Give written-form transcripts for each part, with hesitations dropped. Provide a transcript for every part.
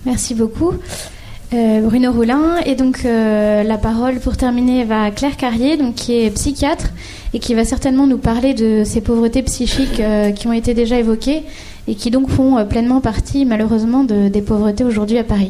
Merci beaucoup. Bruno Roulin. Et donc, la parole, pour terminer, va à Claire Carrier, donc, qui est psychiatre et qui va certainement nous parler de ces pauvretés psychiques qui ont été déjà évoquées et qui donc font pleinement partie, malheureusement, des pauvretés aujourd'hui à Paris.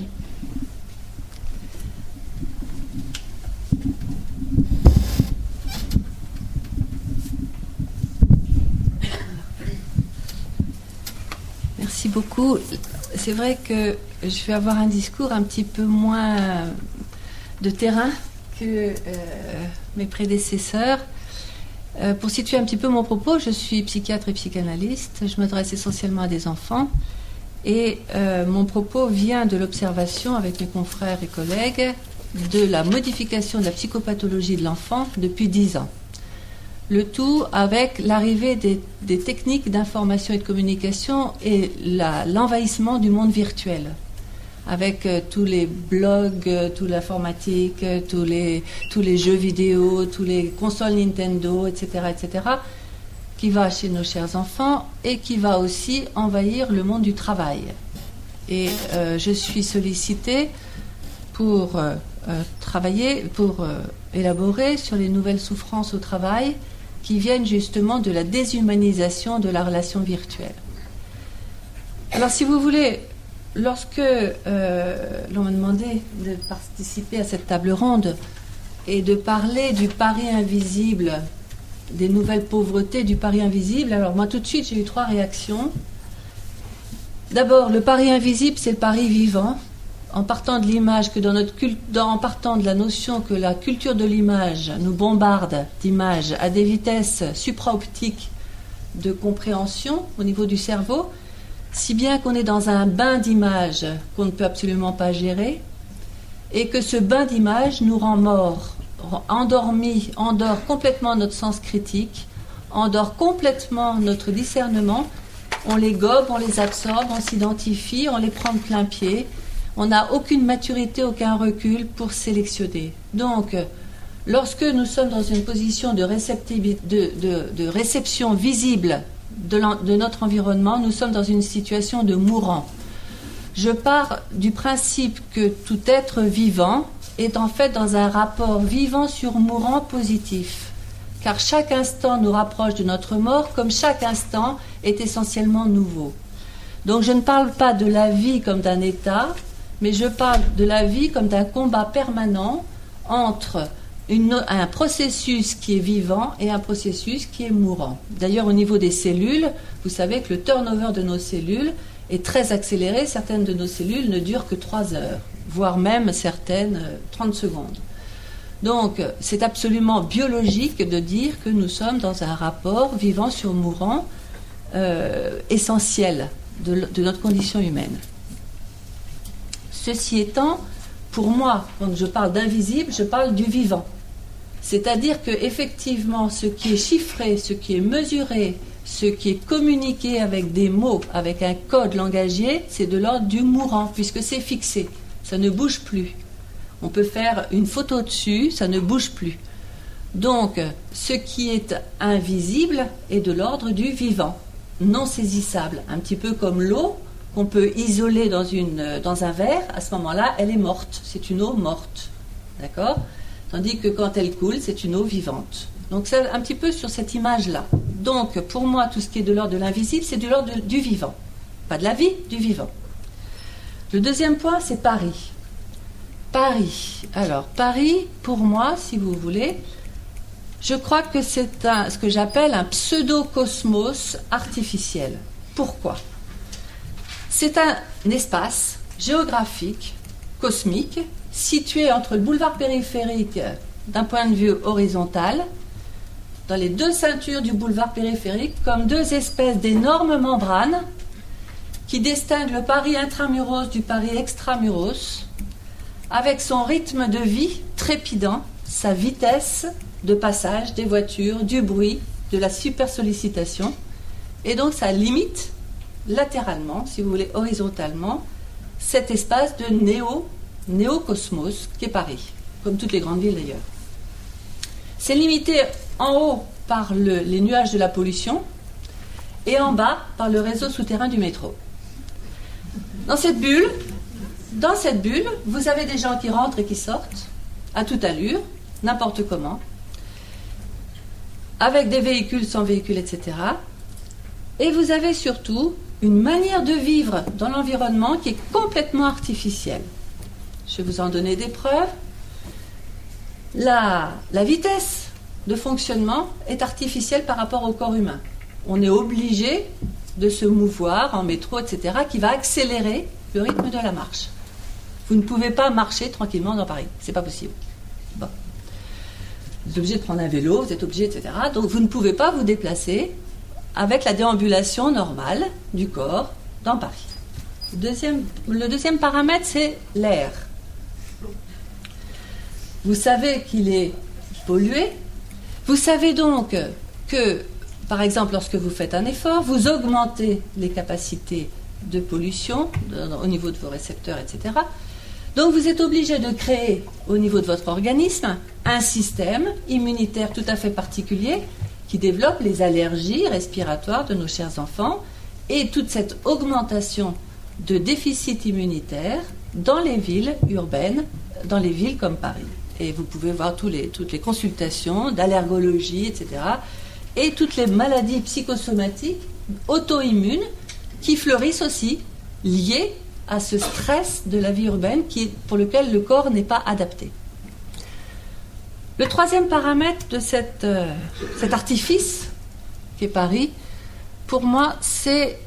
Merci beaucoup. C'est vrai que je vais avoir un discours un petit peu moins de terrain que mes prédécesseurs. Pour situer un petit peu mon propos, je suis psychiatre et psychanalyste. Je m'adresse essentiellement à des enfants. Et mon propos vient de l'observation avec mes confrères et collègues de la modification de la psychopathologie de l'enfant depuis 10 ans. Le tout avec l'arrivée des techniques d'information et de communication et l'envahissement du monde virtuel, avec tous les blogs, toute l'informatique, tous les jeux vidéo, tous les consoles Nintendo, etc., qui va chez nos chers enfants et qui va aussi envahir le monde du travail. Et je suis sollicitée pour travailler, pour élaborer sur les nouvelles souffrances au travail qui viennent justement de la déshumanisation de la relation virtuelle. Alors, si vous voulez, lorsque l'on m'a demandé de participer à cette table ronde et de parler du pari invisible, des nouvelles pauvretés du pari invisible, alors moi tout de suite j'ai eu 3 réactions. D'abord, le pari invisible, c'est le pari vivant. En partant de l'image que en partant de la notion que la culture de l'image nous bombarde d'images à des vitesses supraoptiques de compréhension au niveau du cerveau, si bien qu'on est dans un bain d'images qu'on ne peut absolument pas gérer, et que ce bain d'images nous rend morts, endort complètement notre sens critique, endort complètement notre discernement, on les gobe, on les absorbe, on s'identifie, on les prend de plein pied. On n'a aucune maturité, aucun recul pour sélectionner. Donc, lorsque nous sommes dans une position de réception visible de notre environnement, nous sommes dans une situation de mourant. Je pars du principe que tout être vivant est en fait dans un rapport vivant sur mourant positif. Car chaque instant nous rapproche de notre mort, comme chaque instant est essentiellement nouveau. Donc je ne parle pas de la vie comme d'un état, mais je parle de la vie comme d'un combat permanent entre un processus qui est vivant et un processus qui est mourant. D'ailleurs, au niveau des cellules, vous savez que le turnover de nos cellules est très accéléré. Certaines de nos cellules ne durent que 3 heures, voire même certaines 30 secondes. Donc, c'est absolument biologique de dire que nous sommes dans un rapport vivant sur mourant essentiel de notre condition humaine. Ceci étant, pour moi, quand je parle d'invisible, je parle du vivant. C'est-à-dire que effectivement, ce qui est chiffré, ce qui est mesuré, ce qui est communiqué avec des mots, avec un code langagier, c'est de l'ordre du mourant, puisque c'est fixé, ça ne bouge plus. On peut faire une photo dessus, ça ne bouge plus. Donc, ce qui est invisible est de l'ordre du vivant, non saisissable, un petit peu comme l'eau qu'on peut isoler dans un verre. À ce moment-là, elle est morte, c'est une eau morte, d'accord ? Tandis que quand elle coule, c'est une eau vivante. Donc c'est un petit peu sur cette image-là. Donc pour moi, tout ce qui est de l'ordre de l'invisible, c'est de l'ordre du vivant. Pas de la vie, du vivant. Le deuxième point, c'est Paris. Paris. Alors Paris, pour moi, si vous voulez, je crois que c'est ce que j'appelle un pseudo-cosmos artificiel. Pourquoi ? C'est un espace géographique, cosmique, situé entre le boulevard périphérique d'un point de vue horizontal, dans les 2 ceintures du boulevard périphérique, comme 2 espèces d'énormes membranes qui distinguent le Paris intramuros du Paris extramuros, avec son rythme de vie trépidant, sa vitesse de passage des voitures, du bruit, de la supersollicitation, et donc ça limite latéralement, si vous voulez, horizontalement, cet espace de néocosmos qui est Paris, comme toutes les grandes villes d'ailleurs. C'est limité en haut par les nuages de la pollution et en bas par le réseau souterrain du métro. Dans cette bulle, dans cette bulle, vous avez des gens qui rentrent et qui sortent, à toute allure, n'importe comment, avec des véhicules, sans véhicules, etc. Et vous avez surtout une manière de vivre dans l'environnement qui est complètement artificielle. Je vais vous en donner des preuves. La vitesse de fonctionnement est artificielle par rapport au corps humain. On est obligé de se mouvoir en métro, etc., qui va accélérer le rythme de la marche. Vous ne pouvez pas marcher tranquillement dans Paris. C'est pas possible. Bon. Vous êtes obligé de prendre un vélo, vous êtes obligé, etc. Donc vous ne pouvez pas vous déplacer avec la déambulation normale du corps dans Paris. Le deuxième paramètre, c'est l'air. Vous savez qu'il est pollué. Vous savez donc que, par exemple, lorsque vous faites un effort, vous augmentez les capacités de pollution au niveau de vos récepteurs, etc. Donc vous êtes obligé de créer au niveau de votre organisme un système immunitaire tout à fait particulier qui développe les allergies respiratoires de nos chers enfants et toute cette augmentation de déficit immunitaire dans les villes urbaines, dans les villes comme Paris. Et vous pouvez voir toutes les consultations d'allergologie, etc. Et toutes les maladies psychosomatiques auto-immunes qui fleurissent aussi, liées à ce stress de la vie urbaine pour lequel le corps n'est pas adapté. Le troisième paramètre de cet artifice qu'est Paris, pour moi, c'est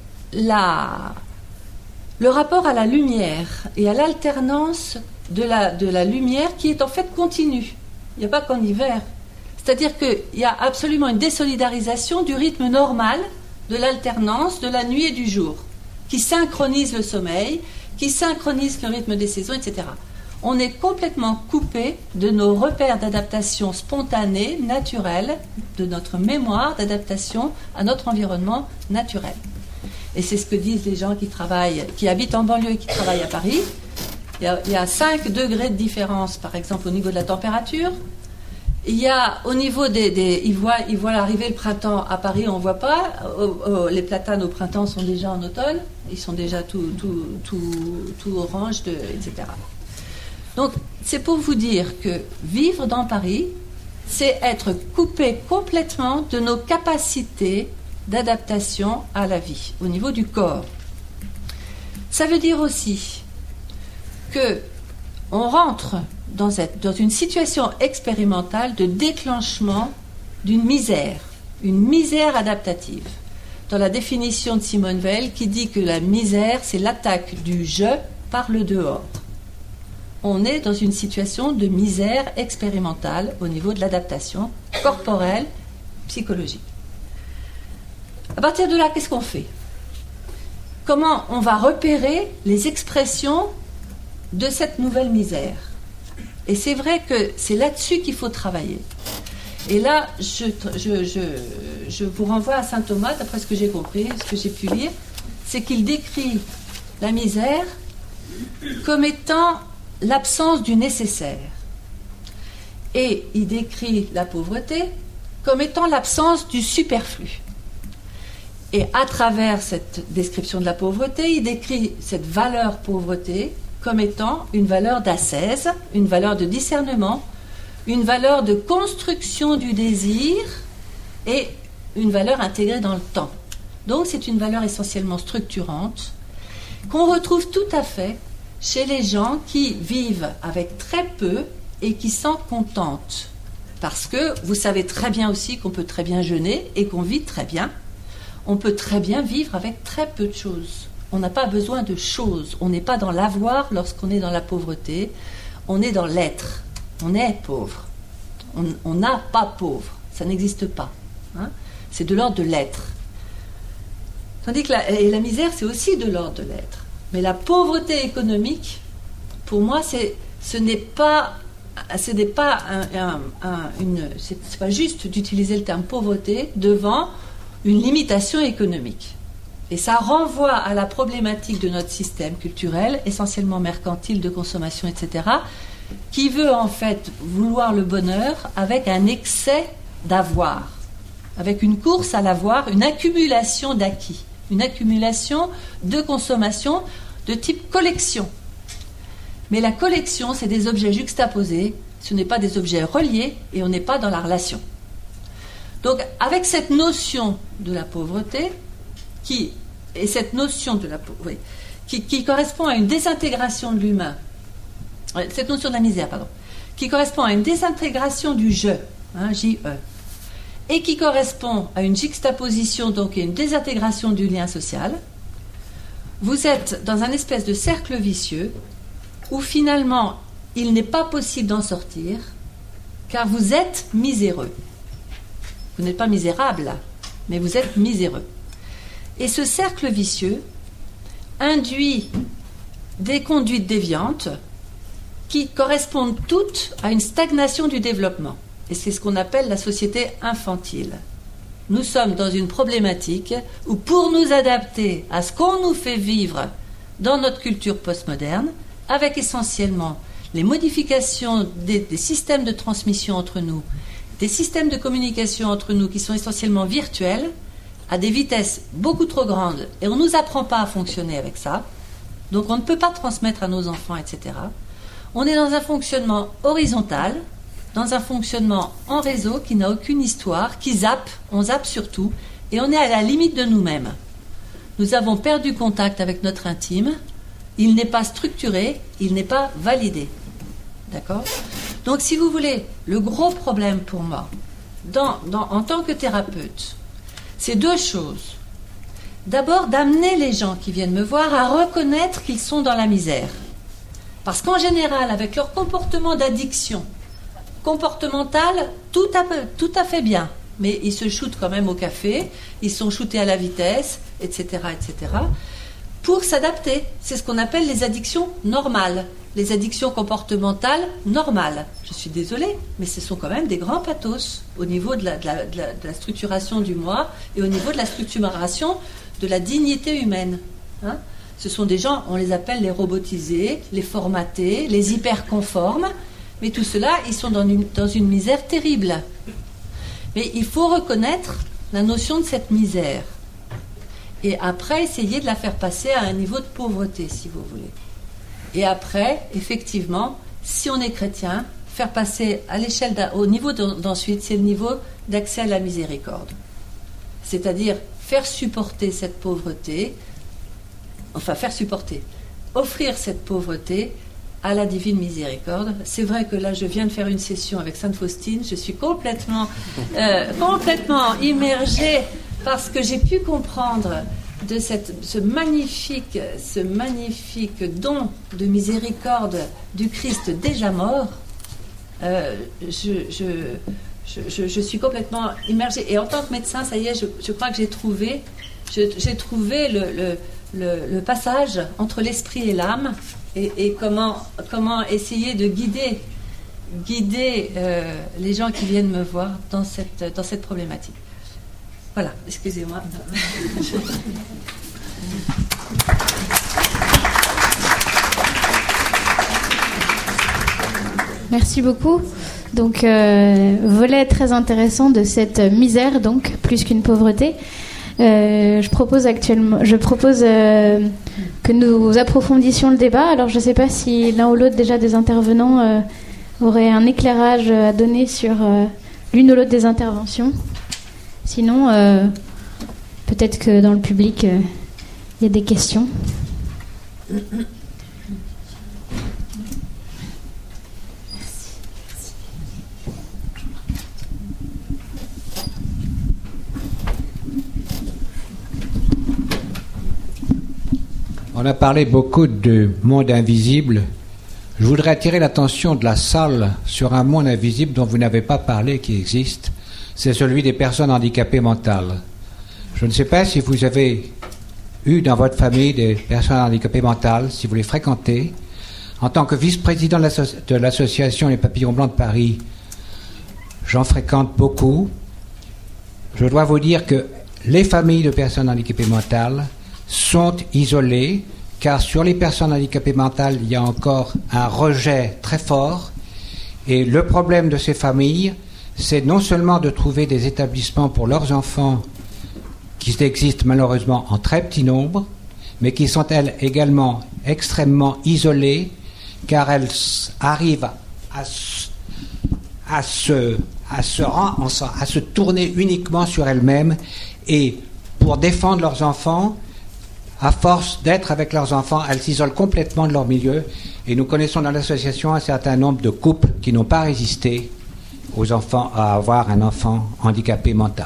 le rapport à la lumière et à l'alternance de la lumière qui est en fait continue. Il n'y a pas qu'en hiver. C'est-à-dire qu'il y a absolument une désolidarisation du rythme normal de l'alternance de la nuit et du jour, qui synchronise le sommeil, qui synchronise le rythme des saisons, etc. On est complètement coupé de nos repères d'adaptation spontanée, naturelle, de notre mémoire d'adaptation à notre environnement naturel. Et c'est ce que disent les gens qui habitent en banlieue et qui travaillent à Paris. Il y a 5 degrés de différence, par exemple, au niveau de la température. Il y a au niveau ils voient arriver le printemps à Paris, on ne voit pas. Les platanes au printemps sont déjà en automne. Ils sont déjà tout orange, etc. Donc, c'est pour vous dire que vivre dans Paris, c'est être coupé complètement de nos capacités d'adaptation à la vie, au niveau du corps. Ça veut dire aussi qu'on rentre dans une situation expérimentale de déclenchement d'une misère, une misère adaptative. Dans la définition de Simone Weil, qui dit que la misère, c'est l'attaque du je par le dehors. On est dans une situation de misère expérimentale au niveau de l'adaptation corporelle, psychologique. À partir de là, qu'est-ce qu'on fait? Comment on va repérer les expressions de cette nouvelle misère? Et c'est vrai que c'est là-dessus qu'il faut travailler. Et là, je vous renvoie à saint Thomas, d'après ce que j'ai compris, ce que j'ai pu lire, c'est qu'il décrit la misère comme étant l'absence du nécessaire. Et il décrit la pauvreté comme étant l'absence du superflu. Et à travers cette description de la pauvreté, il décrit cette valeur pauvreté comme étant une valeur d'ascèse, une valeur de discernement, une valeur de construction du désir et une valeur intégrée dans le temps. Donc c'est une valeur essentiellement structurante qu'on retrouve tout à fait chez les gens qui vivent avec très peu et qui s'en contentent. Parce que vous savez très bien aussi qu'on peut très bien jeûner et qu'on vit très bien. On peut très bien vivre avec très peu de choses. On n'a pas besoin de choses. On n'est pas dans l'avoir lorsqu'on est dans la pauvreté. On est dans l'être. On est pauvre. On n'a pas pauvre. Ça n'existe pas. Hein? C'est de l'ordre de l'être. Tandis que la misère, c'est aussi de l'ordre de l'être. Mais la pauvreté économique, pour moi, ce n'est pas juste d'utiliser le terme pauvreté devant une limitation économique. Et ça renvoie à la problématique de notre système culturel, essentiellement mercantile, de consommation, etc., qui veut en fait vouloir le bonheur avec un excès d'avoir, avec une course à l'avoir, une accumulation d'acquis, une accumulation de consommation de type collection. Mais la collection, c'est des objets juxtaposés, ce n'est pas des objets reliés et on n'est pas dans la relation. Donc, avec cette notion de la pauvreté, qui correspond à une désintégration de l'humain, cette notion de la misère, pardon, qui correspond à une désintégration du je, J-E, et qui correspond à une juxtaposition, donc et une désintégration du lien social, vous êtes dans un espèce de cercle vicieux où finalement il n'est pas possible d'en sortir car vous êtes miséreux. Vous n'êtes pas misérable là, mais vous êtes miséreux. Et ce cercle vicieux induit des conduites déviantes qui correspondent toutes à une stagnation du développement. Et c'est ce qu'on appelle la société infantile. Nous sommes dans une problématique où pour nous adapter à ce qu'on nous fait vivre dans notre culture postmoderne, avec essentiellement les modifications des systèmes de transmission entre nous, des systèmes de communication entre nous qui sont essentiellement virtuels, à des vitesses beaucoup trop grandes, et on ne nous apprend pas à fonctionner avec ça, donc on ne peut pas transmettre à nos enfants, etc. On est dans un fonctionnement horizontal, dans un fonctionnement en réseau qui n'a aucune histoire, qui zappe, on zappe surtout, et on est à la limite de nous-mêmes. Nous avons perdu contact avec notre intime, il n'est pas structuré, il n'est pas validé. D'accord ? Donc si vous voulez, le gros problème pour moi, en tant que thérapeute, c'est deux choses. D'abord, d'amener les gens qui viennent me voir à reconnaître qu'ils sont dans la misère. Parce qu'en général, avec leur comportement d'addiction, comportemental, tout à fait bien. Mais ils se shootent quand même au café, ils sont shootés à la vitesse, etc., etc., pour s'adapter. C'est ce qu'on appelle les addictions normales, les addictions comportementales normales. Je suis désolée, mais ce sont quand même des grands pathos au niveau de la structuration du moi et au niveau de la structuration de la dignité humaine. Hein ? Ce sont des gens, on les appelle les robotisés, les formatés, les hyperconformes, mais tout cela, ils sont dans une misère terrible. Mais il faut reconnaître la notion de cette misère. Et après, essayer de la faire passer à un niveau de pauvreté, si vous voulez. Et après, effectivement, si on est chrétien, faire passer à l'échelle au niveau d'ensuite, c'est le niveau d'accès à la miséricorde. C'est-à-dire faire supporter cette pauvreté, offrir cette pauvreté à la divine miséricorde. C'est vrai que là, je viens de faire une session avec Sainte Faustine, je suis complètement immergée parce que j'ai pu comprendre de ce magnifique don de miséricorde du Christ déjà mort. Je suis complètement immergée. Et en tant que médecin, ça y est, je crois que j'ai trouvé le passage entre l'esprit et l'âme et comment essayer de guider les gens qui viennent me voir dans cette problématique. Voilà, excusez-moi. Merci beaucoup. Donc, volet très intéressant de cette misère, donc, plus qu'une pauvreté. Je propose que nous approfondissions le débat. Alors, je ne sais pas si l'un ou l'autre déjà des intervenants aurait un éclairage à donner sur l'une ou l'autre des interventions. Sinon, peut-être que dans le public, il y a des questions. On a parlé beaucoup de monde invisible. Je voudrais attirer l'attention de la salle sur un monde invisible dont vous n'avez pas parlé, qui existe. C'est celui des personnes handicapées mentales. Je ne sais pas si vous avez eu dans votre famille des personnes handicapées mentales, si vous les fréquentez. En tant que vice-président de l'association Les Papillons Blancs de Paris, j'en fréquente beaucoup. Je dois vous dire que les familles de personnes handicapées mentales sont isolées, car sur les personnes handicapées mentales, il y a encore un rejet très fort. Et le problème de ces familles, c'est non seulement de trouver des établissements pour leurs enfants qui existent malheureusement en très petit nombre, mais qui sont elles également extrêmement isolées, car elles arrivent à se tourner uniquement sur elles-mêmes, et pour défendre leurs enfants, à force d'être avec leurs enfants, elles s'isolent complètement de leur milieu. Et nous connaissons dans l'association un certain nombre de couples qui n'ont pas résisté aux enfants à avoir un enfant handicapé mental.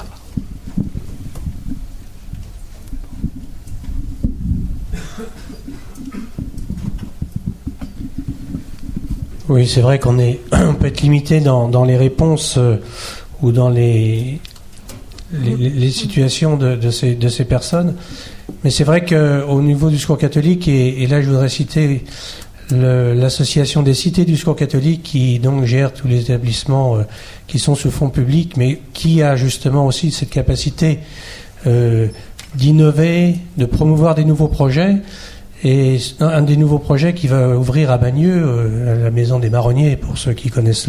Oui, c'est vrai on peut être limité dans les réponses ou dans les situations de ces personnes. Mais c'est vrai qu'au niveau du Secours catholique, et là je voudrais citer l'association des cités du Secours catholique qui donc gère tous les établissements qui sont sous fonds publics, mais qui a justement aussi cette capacité d'innover, de promouvoir des nouveaux projets. Et un des nouveaux projets qui va ouvrir à Bagneux, à la Maison des Marronniers, pour ceux qui connaissent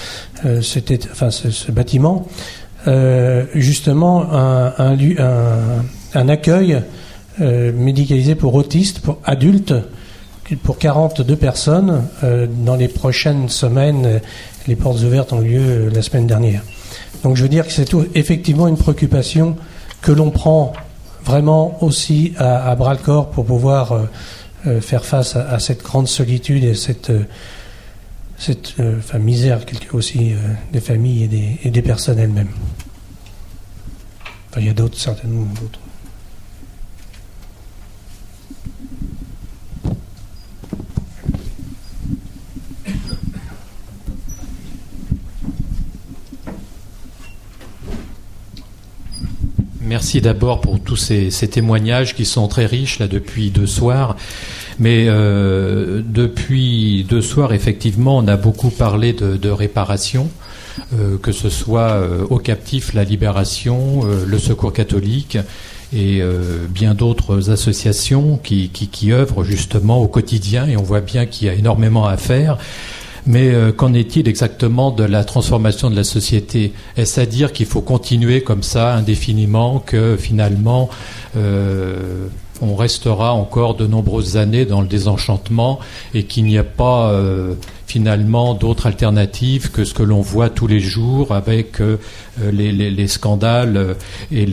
ce bâtiment, justement un accueil médicalisé pour autistes, pour adultes, pour 42 personnes. Dans les prochaines semaines, les portes ouvertes ont lieu la semaine dernière. Donc je veux dire que c'est effectivement une préoccupation que l'on prend vraiment aussi à bras-le-corps pour pouvoir faire face à cette grande solitude et cette misère aussi des familles et des personnes elles-mêmes. Enfin, il y a certainement d'autres. Merci d'abord pour tous ces témoignages qui sont très riches là depuis 2 soirs. Mais depuis 2 soirs, effectivement, on a beaucoup parlé de réparation, que ce soit aux captifs, la Libération, le Secours catholique et bien d'autres associations qui œuvrent justement au quotidien, et on voit bien qu'il y a énormément à faire. Mais qu'en est-il exactement de la transformation de la société ? Est-ce à dire qu'il faut continuer comme ça indéfiniment, que finalement on restera encore de nombreuses années dans le désenchantement et qu'il n'y a pas finalement d'autres alternatives que ce que l'on voit tous les jours avec les scandales et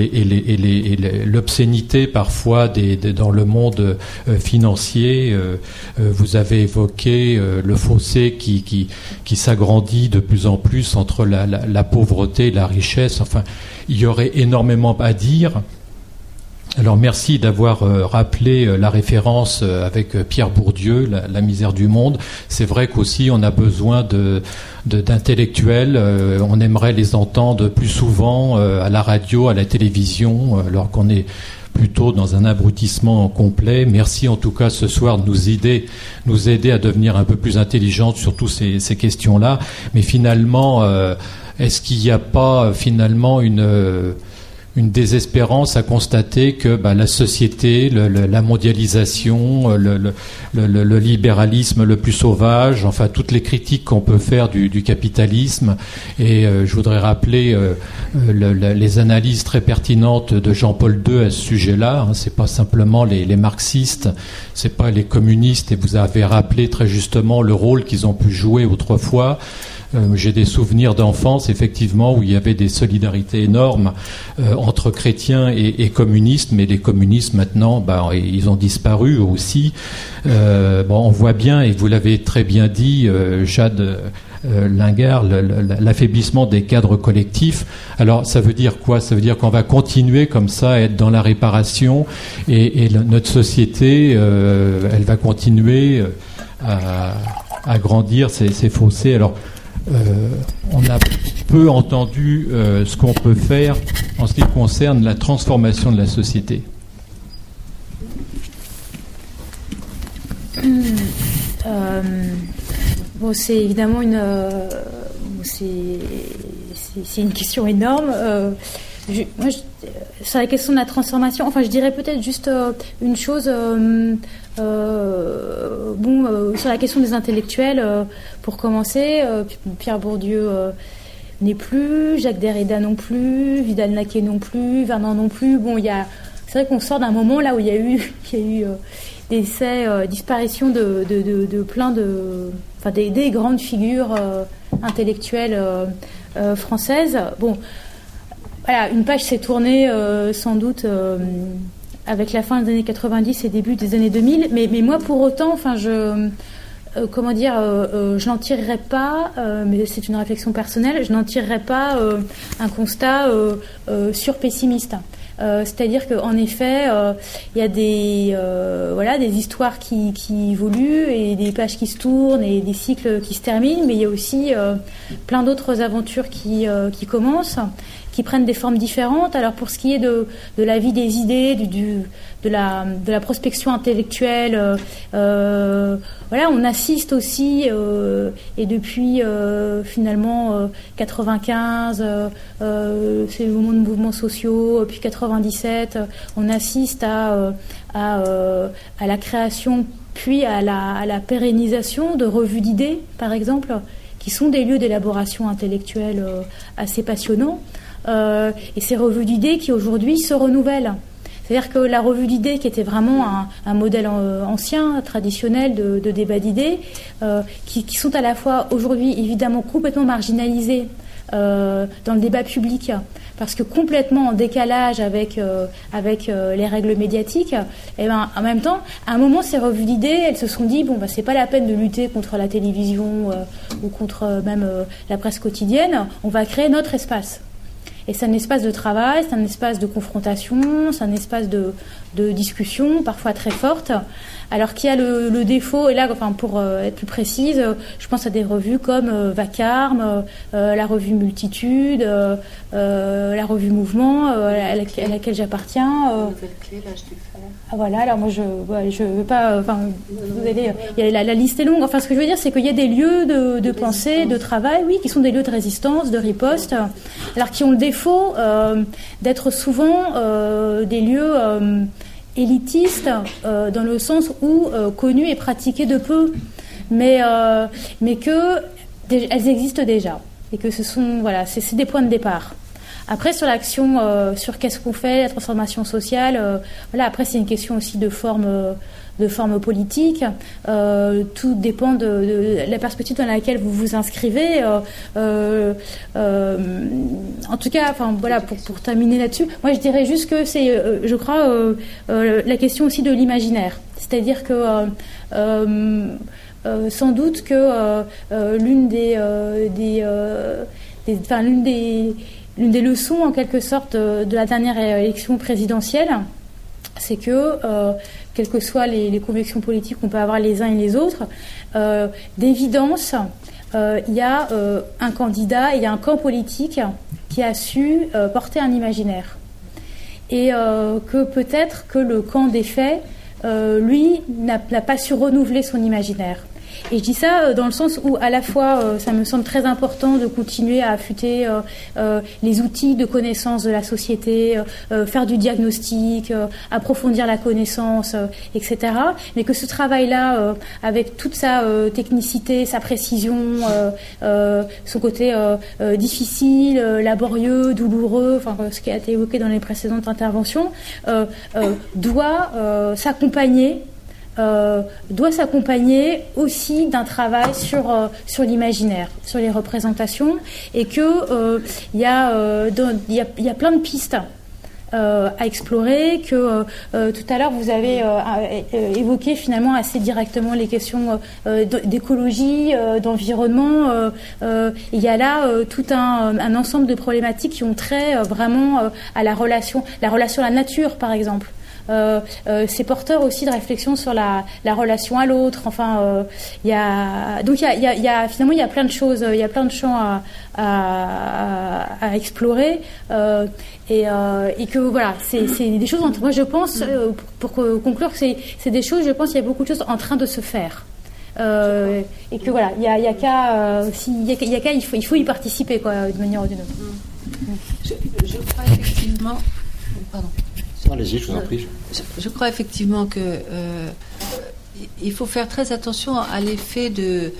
l'obscénité parfois dans le monde financier. Vous avez évoqué le fossé qui s'agrandit de plus en plus entre la pauvreté et la richesse. Enfin, il y aurait énormément à dire. Alors merci d'avoir rappelé la référence avec Pierre Bourdieu, la misère du monde. C'est vrai qu'aussi on a besoin d'intellectuels. On aimerait les entendre plus souvent à la radio, à la télévision, alors qu'on est plutôt dans un abrutissement complet. Merci en tout cas ce soir de nous aider à devenir un peu plus intelligents sur toutes ces questions-là. Mais finalement, est-ce qu'il n'y a pas finalement une désespérance à constater que la société, la mondialisation, le libéralisme le plus sauvage, enfin toutes les critiques qu'on peut faire du capitalisme, et je voudrais rappeler les analyses très pertinentes de Jean-Paul II à ce sujet-là. C'est pas simplement les marxistes, c'est pas les communistes, et vous avez rappelé très justement le rôle qu'ils ont pu jouer autrefois. J'ai des souvenirs d'enfance, effectivement, où il y avait des solidarités énormes entre chrétiens et communistes, mais les communistes, maintenant, ils ont disparu aussi. On voit bien, et vous l'avez très bien dit, Jade Lingard, l'affaiblissement des cadres collectifs. Alors, ça veut dire quoi ? Ça veut dire qu'on va continuer comme ça à être dans la réparation, et notre société, elle va continuer à grandir ces fossés. Alors, on a peu entendu ce qu'on peut faire en ce qui concerne la transformation de la société. C'est évidemment c'est une question énorme. Sur la question de la transformation, je dirais peut-être juste une chose. Sur la question des intellectuels, pour commencer, Pierre Bourdieu n'est plus, Jacques Derrida non plus, Vidal-Naquet non plus, Vernon non plus. C'est vrai qu'on sort d'un moment là où il y a eu décès, disparition de plein des grandes figures intellectuelles françaises. Bon, voilà, une page s'est tournée sans doute avec la fin des années 90 et début des années 2000, mais moi pour autant, enfin je n'en tirerai pas, mais c'est une réflexion personnelle, je n'en tirerai pas un constat surpessimiste. C'est-à-dire qu'en effet, il y a des histoires qui évoluent et des pages qui se tournent et des cycles qui se terminent, mais il y a aussi plein d'autres aventures qui commencent, qui prennent des formes différentes. Alors pour ce qui est de la vie des idées, de la prospection intellectuelle, on assiste aussi, et depuis finalement 95, c'est le moment de mouvements sociaux, puis 97, on assiste à la création, puis à la pérennisation de revues d'idées, par exemple, qui sont des lieux d'élaboration intellectuelle assez passionnants. Et ces revues d'idées qui aujourd'hui se renouvellent. C'est-à-dire que la revue d'idées, qui était vraiment un modèle ancien, traditionnel de débat d'idées, qui sont à la fois aujourd'hui évidemment complètement marginalisés dans le débat public, parce que complètement en décalage avec les règles médiatiques, et ben en même temps, à un moment, ces revues d'idées, elles se sont dit c'est pas la peine de lutter contre la télévision ou contre même la presse quotidienne, on va créer notre espace. Et c'est un espace de travail, c'est un espace de confrontation, c'est un espace de discussion, parfois très forte. Alors qu'il y a le défaut, et là, pour être plus précise, je pense à des revues comme Vacarme, la revue Multitude, la revue Mouvement, à laquelle j'appartiens. Voilà, alors moi je veux pas. Vous allez, la liste est longue. Enfin, ce que je veux dire, c'est qu'il y a des lieux de pensée, de travail, oui, qui sont des lieux de résistance, de riposte, alors qui ont le défaut d'être souvent des lieux élitistes, dans le sens où connus et pratiqués de peu, mais que elles existent déjà et que ce sont c'est des points de départ. Après, sur l'action, sur qu'est-ce qu'on fait, la transformation sociale, après c'est une question aussi de forme politique. Tout dépend de la perspective dans laquelle vous vous inscrivez. En tout cas, pour terminer là-dessus, moi je dirais juste que c'est, je crois, la question aussi de l'imaginaire. C'est-à-dire que sans doute que l'une des leçons, en quelque sorte, de la dernière élection présidentielle, c'est que, quelles que soient les convictions politiques qu'on peut avoir les uns et les autres, d'évidence, il y a un candidat, il y a un camp politique qui a su porter un imaginaire. Et que peut-être que le camp des faits, lui, n'a pas su renouveler son imaginaire. Et je dis ça dans le sens où, à la fois, ça me semble très important de continuer à affûter les outils de connaissance de la société, faire du diagnostic, approfondir la connaissance, etc. Mais que ce travail-là, avec toute sa technicité, sa précision, son côté difficile, laborieux, douloureux, ce qui a été évoqué dans les précédentes interventions, doit s'accompagner aussi d'un travail sur l'imaginaire, sur les représentations, et que il y a plein de pistes à explorer, que tout à l'heure vous avez évoqué finalement assez directement les questions d'écologie, d'environnement. Il y a là tout un ensemble de problématiques qui ont trait vraiment à la relation à la nature, par exemple. C'est porteur aussi de réflexion sur la relation à l'autre. Finalement il y a plein de choses, il y a plein de champs à explorer, et que c'est des choses. Moi je pense, pour conclure, que c'est des choses. Je pense qu'il y a beaucoup de choses en train de se faire. Et que il y a qu'à il faut y participer de manière ou d'une autre. Je crois effectivement. Pardon. Allez-y, je vous en prie. Je crois effectivement que il faut faire très attention à l'effet de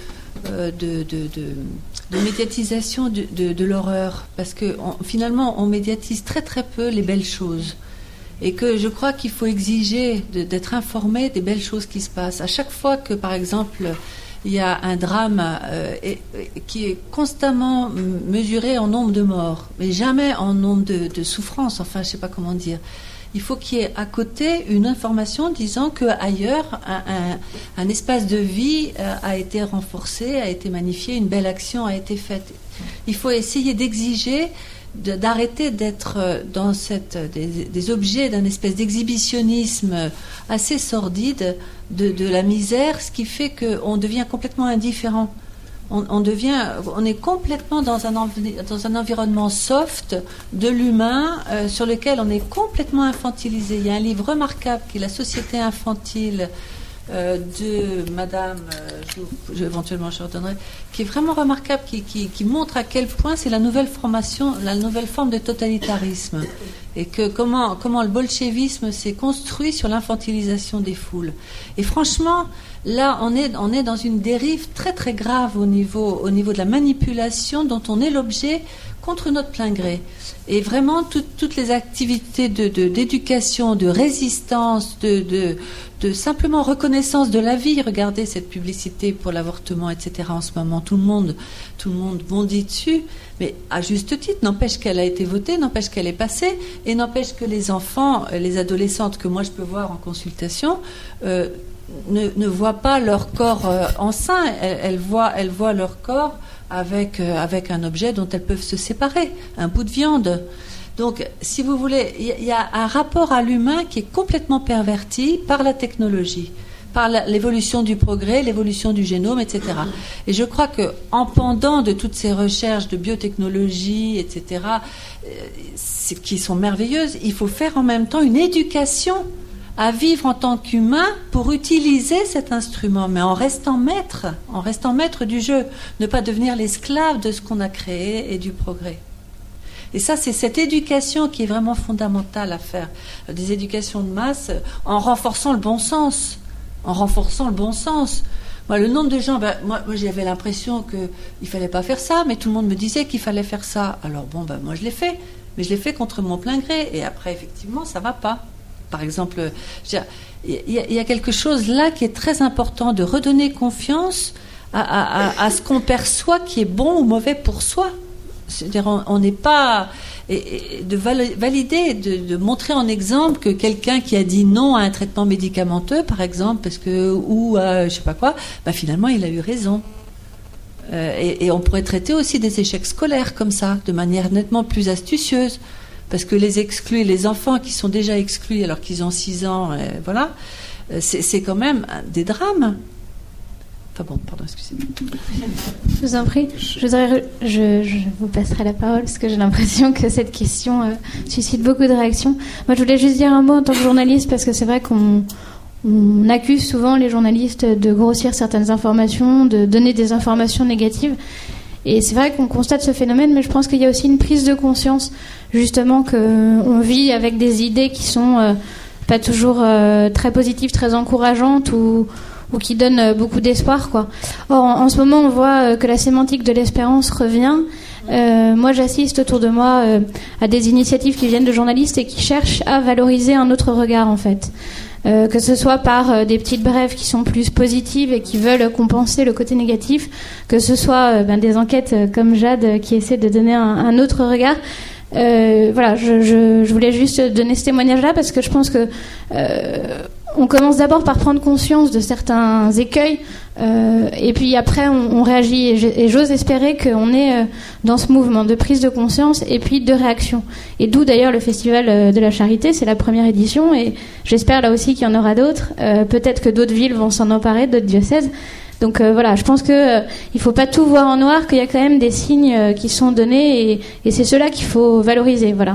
médiatisation de l'horreur, parce que finalement on médiatise très très peu les belles choses, Et que je crois qu'il faut exiger d'être informé des belles choses qui se passent. À chaque fois que, par exemple, il y a un drame qui est constamment mesuré en nombre de morts, mais jamais en nombre de souffrances, enfin, je ne sais pas comment dire. Il faut qu'il y ait à côté une information disant qu'ailleurs, un espace de vie a été renforcé, a été magnifié, une belle action a été faite. Il faut essayer d'exiger d'arrêter d'être dans des objets d'un espèce d'exhibitionnisme assez sordide de la misère, ce qui fait qu'on devient complètement indifférent. On est complètement dans un environnement soft de l'humain sur lequel on est complètement infantilisé. Il y a un livre remarquable qui est La société infantile de Madame, éventuellement je redonnerai, qui est vraiment remarquable, qui montre à quel point c'est la nouvelle forme de totalitarisme, et que comment le bolchevisme s'est construit sur l'infantilisation des foules. Et franchement, là, on est dans une dérive très très grave au niveau de la manipulation dont on est l'objet contre notre plein gré. Et vraiment, toutes les activités d'éducation, de résistance, de simplement reconnaissance de la vie. Regardez cette publicité pour l'avortement, etc. En ce moment, tout le monde bondit dessus, mais à juste titre. N'empêche qu'elle a été votée, n'empêche qu'elle est passée, et n'empêche que les enfants, les adolescentes que moi je peux voir en consultation, ne voient pas leur corps en sein. Elles voient leur corps avec un objet dont elles peuvent se séparer, un bout de viande. Donc, si vous voulez, il y a un rapport à l'humain qui est complètement perverti par la technologie, par l'évolution du progrès, l'évolution du génome, etc. Et je crois qu'en pendant de toutes ces recherches de biotechnologie, etc., qui sont merveilleuses, il faut faire en même temps une éducation à vivre en tant qu'humain pour utiliser cet instrument, mais en restant maître du jeu, ne pas devenir l'esclave de ce qu'on a créé et du progrès. Et ça, c'est cette éducation qui est vraiment fondamentale à faire, des éducations de masse, en renforçant le bon sens. Moi, le nombre de gens, moi j'avais l'impression qu'il fallait pas faire ça, mais tout le monde me disait qu'il fallait faire ça. Alors moi je l'ai fait, mais je l'ai fait contre mon plein gré, et après effectivement ça va pas. Par exemple, il y a quelque chose là qui est très important, de redonner confiance à ce qu'on perçoit qui est bon ou mauvais pour soi. C'est-à-dire, on n'est pas... Et de valider, de montrer en exemple que quelqu'un qui a dit non à un traitement médicamenteux, par exemple, ou à je sais pas quoi, finalement il a eu raison. Et on pourrait traiter aussi des échecs scolaires comme ça, de manière nettement plus astucieuse. Parce que les exclus, les enfants qui sont déjà exclus alors qu'ils ont 6 ans, voilà, c'est quand même des drames. Enfin bon, pardon, excusez-moi. Je vous en prie. Je vous passerai la parole parce que j'ai l'impression que cette question suscite beaucoup de réactions. Moi, je voulais juste dire un mot en tant que journaliste, parce que c'est vrai qu'on accuse souvent les journalistes de grossir certaines informations, de donner des informations négatives. Et c'est vrai qu'on constate ce phénomène, mais je pense qu'il y a aussi une prise de conscience, justement, qu'on vit avec des idées qui sont pas toujours très positives, très encourageantes ou qui donnent beaucoup d'espoir, quoi. Or, en ce moment, on voit que la sémantique de l'espérance revient. Moi, j'assiste autour de moi à des initiatives qui viennent de journalistes et qui cherchent à valoriser un autre regard, en fait. Que ce soit par des petites brèves qui sont plus positives et qui veulent compenser le côté négatif, que ce soit des enquêtes comme Jade qui essaie de donner un autre regard. Voilà, je voulais juste donner ce témoignage-là parce que je pense que on commence d'abord par prendre conscience de certains écueils et puis après on réagit, et j'ose espérer qu'on est dans ce mouvement de prise de conscience et puis de réaction, et d'où d'ailleurs le Festival de la Charité. C'est la première édition et j'espère là aussi qu'il y en aura d'autres, peut-être que d'autres villes vont s'en emparer, d'autres diocèses. Donc voilà, je pense qu'il ne faut pas tout voir en noir, qu'il y a quand même des signes qui sont donnés, et c'est ceux-là qu'il faut valoriser. Voilà.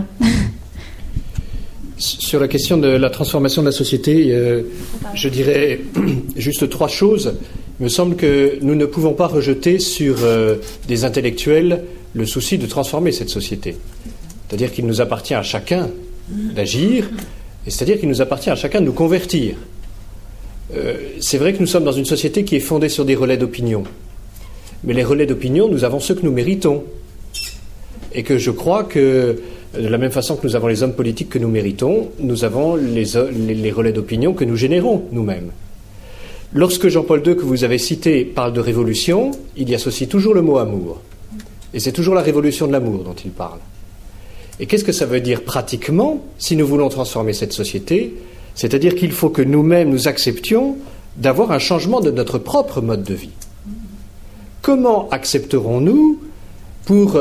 Sur la question de la transformation de la société, je dirais juste 3 choses. Il me semble que nous ne pouvons pas rejeter sur des intellectuels le souci de transformer cette société. C'est-à-dire qu'il nous appartient à chacun d'agir, et c'est-à-dire qu'il nous appartient à chacun de nous convertir. C'est vrai que nous sommes dans une société qui est fondée sur des relais d'opinion. Mais les relais d'opinion, nous avons ceux que nous méritons. Et que je crois que, de la même façon que nous avons les hommes politiques que nous méritons, nous avons les relais d'opinion que nous générons nous-mêmes. Lorsque Jean-Paul II, que vous avez cité, parle de révolution, il y associe toujours le mot amour. Et c'est toujours la révolution de l'amour dont il parle. Et qu'est-ce que ça veut dire pratiquement, si nous voulons transformer cette société? C'est-à-dire qu'il faut que nous-mêmes nous acceptions d'avoir un changement de notre propre mode de vie. Comment accepterons-nous pour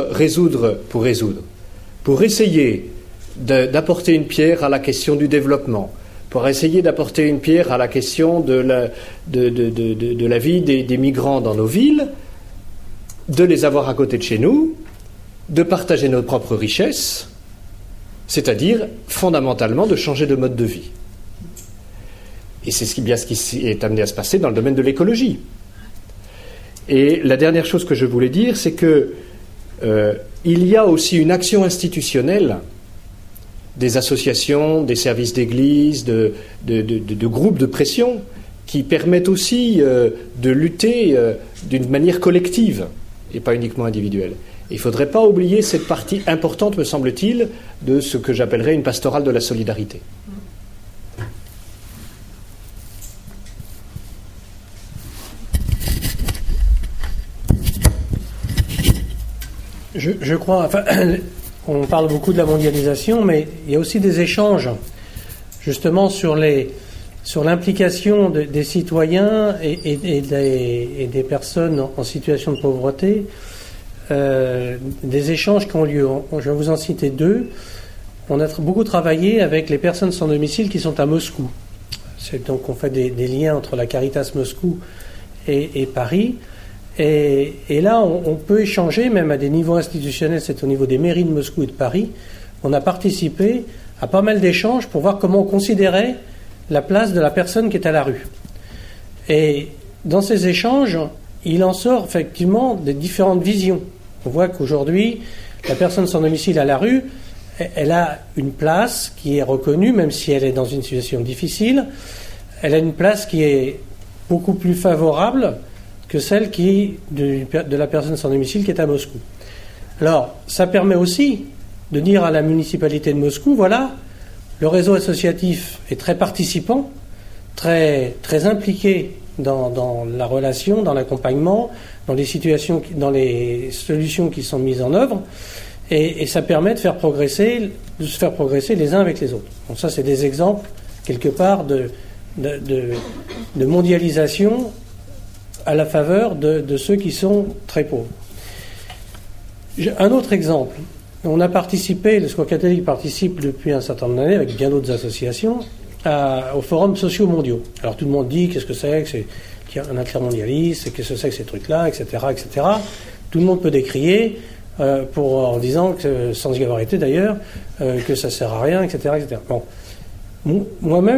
essayer d'apporter une pierre à la question du développement, pour essayer d'apporter une pierre à la question de la vie des migrants dans nos villes, de les avoir à côté de chez nous, de partager nos propres richesses, c'est-à-dire fondamentalement de changer de mode de vie. Et c'est bien ce qui est amené à se passer dans le domaine de l'écologie. Et la dernière chose que je voulais dire, c'est que il y a aussi une action institutionnelle des associations, des services d'église, de groupes de pression qui permettent aussi de lutter d'une manière collective et pas uniquement individuelle. Il ne faudrait pas oublier cette partie importante, me semble-t-il, de ce que j'appellerais une pastorale de la solidarité. Je crois, enfin, on parle beaucoup de la mondialisation, mais il y a aussi des échanges, justement, sur l'implication des citoyens et des personnes en situation de pauvreté, des échanges qui ont lieu. Je vais vous en citer deux. On a beaucoup travaillé avec les personnes sans domicile qui sont à Moscou. Donc on fait des liens entre la Caritas Moscou et Paris. Et là, on peut échanger, même à des niveaux institutionnels, c'est au niveau des mairies de Moscou et de Paris. On a participé à pas mal d'échanges pour voir comment on considérait la place de la personne qui est à la rue. Et dans ces échanges, il en sort effectivement des différentes visions. On voit qu'aujourd'hui, la personne sans domicile à la rue, elle a une place qui est reconnue, même si elle est dans une situation difficile. Elle a une place qui est beaucoup plus favorable que celle de la personne sans domicile qui est à Moscou. Alors, ça permet aussi de dire à la municipalité de Moscou, voilà, le réseau associatif est très participant, très, très impliqué dans la relation, dans l'accompagnement, dans les situations, dans les solutions qui sont mises en œuvre, et ça permet de se faire progresser les uns avec les autres. Donc ça, c'est des exemples, quelque part, de mondialisation à la faveur de ceux qui sont très pauvres. Un autre exemple, on a participé, le Secours catholique participe depuis un certain nombre d'années, avec bien d'autres associations, aux forums sociaux mondiaux. Alors tout le monde dit qu'est-ce que c'est qu'il y a un intermondialisme, qu'est-ce que c'est que ces trucs-là, etc., etc. Tout le monde peut décrier, en disant que, sans y avoir été d'ailleurs, que ça sert à rien, etc., etc. Bon. Moi-même,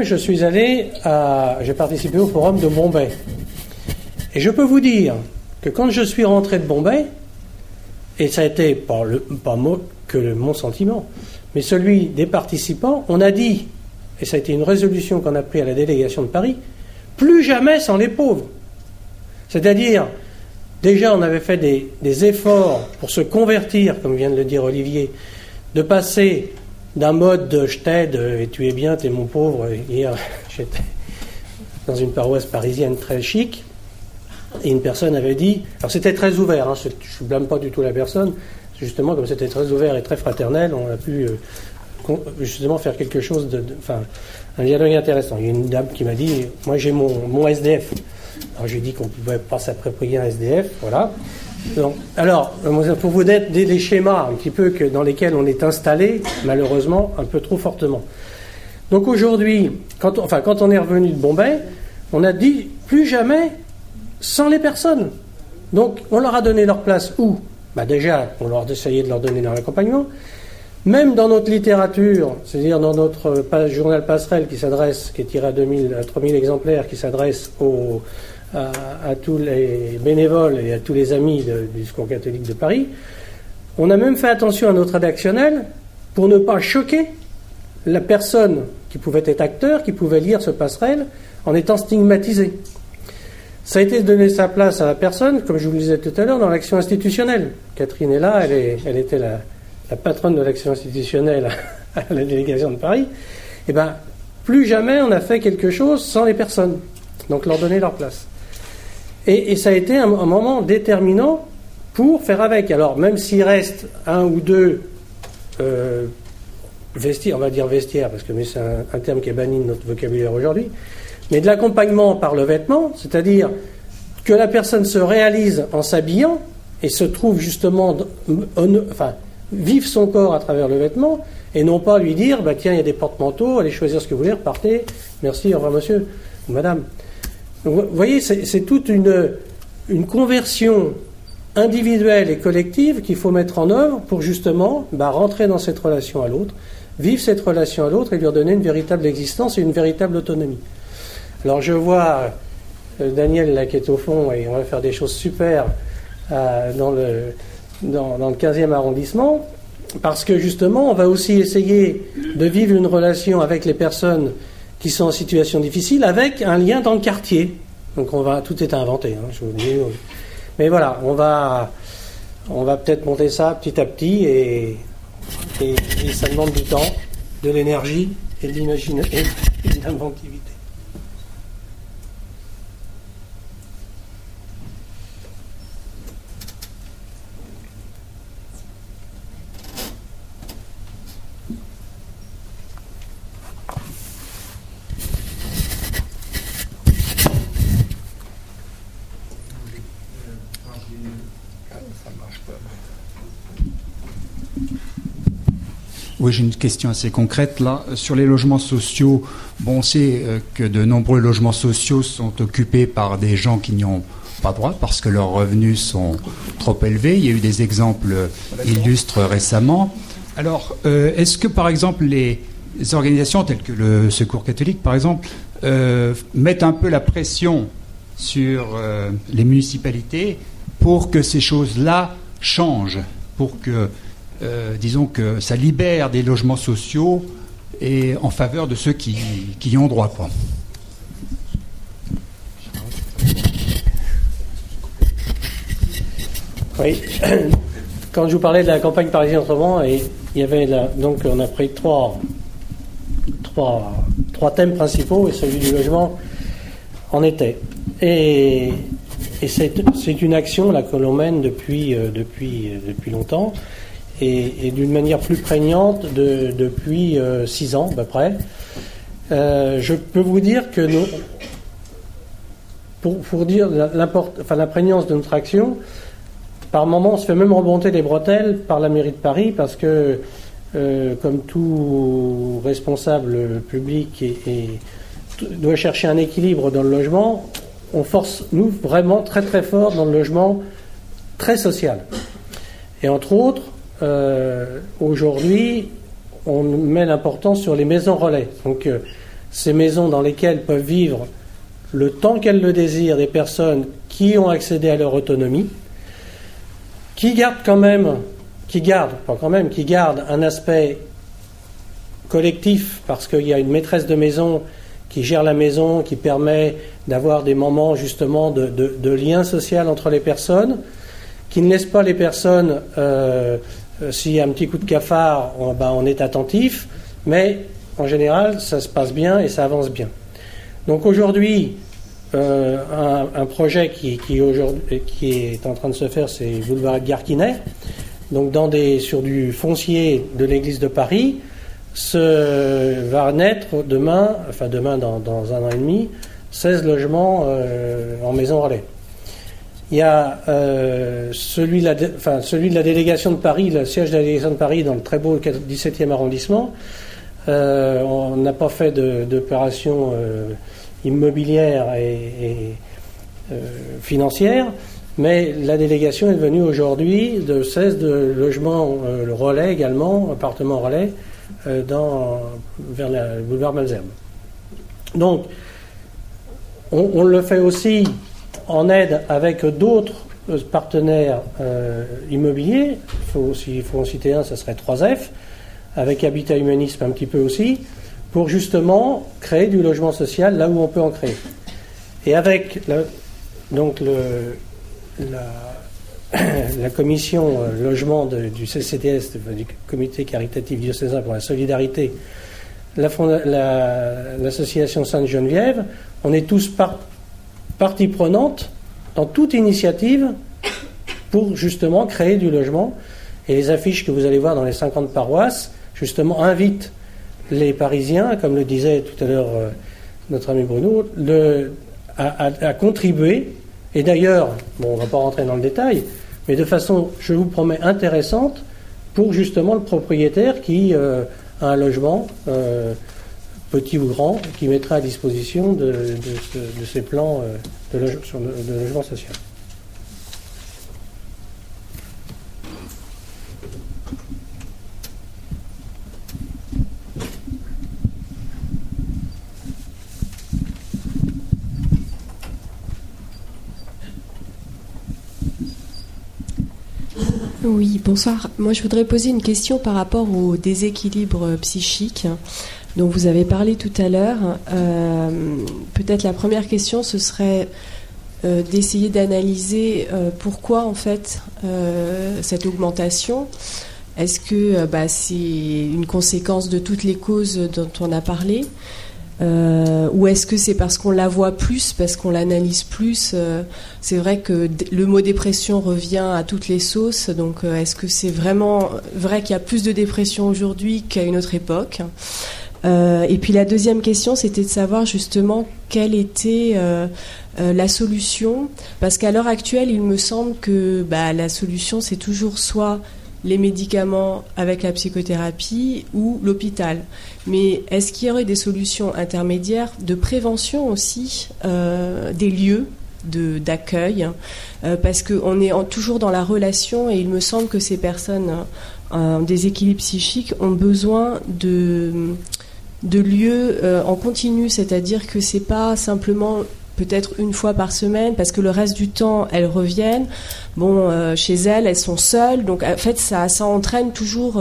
j'ai participé au forum de Bombay. Et je peux vous dire que quand je suis rentré de Bombay, et ça a été pas mon sentiment, mais celui des participants, on a dit, et ça a été une résolution qu'on a prise à la délégation de Paris, plus jamais sans les pauvres. C'est-à-dire, déjà on avait fait des efforts pour se convertir, comme vient de le dire Olivier, de passer d'un mode de je t'aide et tu es bien, t'es mon pauvre. Hier, j'étais dans une paroisse parisienne très chic, et une personne avait dit, alors c'était très ouvert, je ne blâme pas du tout la personne, justement comme c'était très ouvert et très fraternel, on a pu justement faire quelque chose un dialogue intéressant. Il y a une dame qui m'a dit, moi j'ai mon SDF. Alors j'ai dit qu'on ne pouvait pas s'approprier un SDF, voilà. Donc, alors, pour vous donner des schémas un petit peu dans lesquels on est installé, malheureusement, un peu trop fortement. Donc aujourd'hui, quand on est revenu de Bombay, on a dit plus jamais sans les personnes. Donc on leur a donné leur place où ? Déjà, on leur a essayé de leur donner leur accompagnement. Même dans notre littérature, c'est-à-dire dans notre journal Passerelle qui est tiré à 3000 exemplaires, qui s'adresse à tous les bénévoles et à tous les amis du Secours catholique de Paris, on a même fait attention à notre rédactionnel pour ne pas choquer la personne qui pouvait être acteur, qui pouvait lire ce Passerelle en étant stigmatisée. Ça a été de donner sa place à la personne, comme je vous le disais tout à l'heure, dans l'action institutionnelle. Catherine est là, elle était la patronne de l'action institutionnelle à la délégation de Paris, eh ben, plus jamais on a fait quelque chose sans les personnes, donc leur donner leur place. Et ça a été un moment déterminant pour faire avec. Alors, même s'il reste un ou deux vestiaires, on va dire vestiaires, parce que c'est un terme qui est banni de notre vocabulaire aujourd'hui, mais de l'accompagnement par le vêtement, c'est-à-dire que la personne se réalise en s'habillant et se trouve justement, vive son corps à travers le vêtement, et non pas lui dire, bah tiens, il y a des porte-manteaux, allez choisir ce que vous voulez, repartez, merci, au revoir monsieur ou madame. Donc, vous voyez, c'est toute une conversion individuelle et collective qu'il faut mettre en œuvre pour justement rentrer dans cette relation à l'autre, vivre cette relation à l'autre et lui redonner une véritable existence et une véritable autonomie. Alors je vois Daniel là qui est au fond et on va faire des choses super dans le 15e arrondissement parce que justement on va aussi essayer de vivre une relation avec les personnes qui sont en situation difficile avec un lien dans le quartier. Donc tout est inventé, hein, je vous le dis. Mais voilà, on va peut-être monter ça petit à petit et ça demande du temps, de l'énergie et de l'imagination et de l'inventivité. Oui, j'ai une question assez concrète là. Sur les logements sociaux, bon, on sait que de nombreux logements sociaux sont occupés par des gens qui n'y ont pas droit parce que leurs revenus sont trop élevés. Il y a eu des exemples illustres récemment. Alors, est-ce que par exemple les organisations telles que le Secours catholique, par exemple, mettent un peu la pression sur les municipalités pour que ces choses-là changent, pour que disons que ça libère des logements sociaux et en faveur de ceux qui y ont droit, quoi. Oui, quand je vous parlais de la campagne parisienne autrement, il y avait donc on a pris trois thèmes principaux et celui du logement en était. Et c'est une action là que l'on mène depuis longtemps. Et d'une manière plus prégnante depuis 6 ans à peu près. Je peux vous dire que pour dire la prégnance de notre action, par moments on se fait même remonter les bretelles par la mairie de Paris parce que comme tout responsable public doit chercher un équilibre dans le logement, on force nous vraiment très très fort dans le logement très social. Et entre autres, aujourd'hui, on met l'importance sur les maisons relais. Donc, ces maisons dans lesquelles peuvent vivre le temps qu'elles le désirent des personnes qui ont accédé à leur autonomie, qui gardent un aspect collectif parce qu'il y a une maîtresse de maison qui gère la maison, qui permet d'avoir des moments justement de lien social entre les personnes, qui ne laisse pas les personnes s'il y a un petit coup de cafard, on est attentif, mais en général, ça se passe bien et ça avance bien. Donc aujourd'hui, un projet qui est en train de se faire, c'est boulevard Edgar Quinet. Donc sur du foncier de l'église de Paris, va naître demain dans 1 an et demi, 16 logements en maison relais. Il y a celui de la délégation de Paris, le siège de la délégation de Paris dans le très beau 17e arrondissement. On n'a pas fait d'opération immobilière et financière, mais la délégation est devenue aujourd'hui de 16 de logements relais également, appartements relais, vers le boulevard Malesherbes. Donc, on le fait aussi en aide avec d'autres partenaires immobiliers. S'il faut en citer un, ça serait 3F, avec Habitat Humanisme un petit peu aussi, pour justement créer du logement social là où on peut en créer. Et avec la commission logement du CCDS, du Comité caritatif diocésain pour la solidarité, l'association Sainte-Geneviève, on est tous partie prenante dans toute initiative pour justement créer du logement. Et les affiches que vous allez voir dans les 50 paroisses, justement, invitent les Parisiens, comme le disait tout à l'heure notre ami Bruno, à contribuer. Et d'ailleurs, bon, on ne va pas rentrer dans le détail, mais de façon, je vous promets, intéressante, pour justement le propriétaire qui a un logement, petit ou grand, qui mettra à disposition de ses plans de logement social. Oui, bonsoir. Moi, je voudrais poser une question par rapport au déséquilibre psychique dont vous avez parlé tout à l'heure. Peut-être la première question, ce serait d'essayer d'analyser pourquoi, en fait, cette augmentation. Est-ce que c'est une conséquence de toutes les causes dont on a parlé ? Ou est-ce que c'est parce qu'on la voit plus, parce qu'on l'analyse plus? C'est vrai que le mot dépression revient à toutes les sauces, donc est-ce que c'est vraiment vrai qu'il y a plus de dépression aujourd'hui qu'à une autre époque? Et puis la deuxième question, c'était de savoir justement quelle était la solution, parce qu'à l'heure actuelle, il me semble que la solution, c'est toujours soit les médicaments avec la psychothérapie ou l'hôpital. Mais est-ce qu'il y aurait des solutions intermédiaires de prévention aussi, des lieux d'accueil, parce qu'on est toujours dans la relation et il me semble que ces personnes en déséquilibre psychique ont besoin de lieux en continu, c'est-à-dire que c'est pas simplement peut-être une fois par semaine, parce que le reste du temps, elles reviennent. Bon, chez elles sont seules, donc en fait, ça entraîne toujours...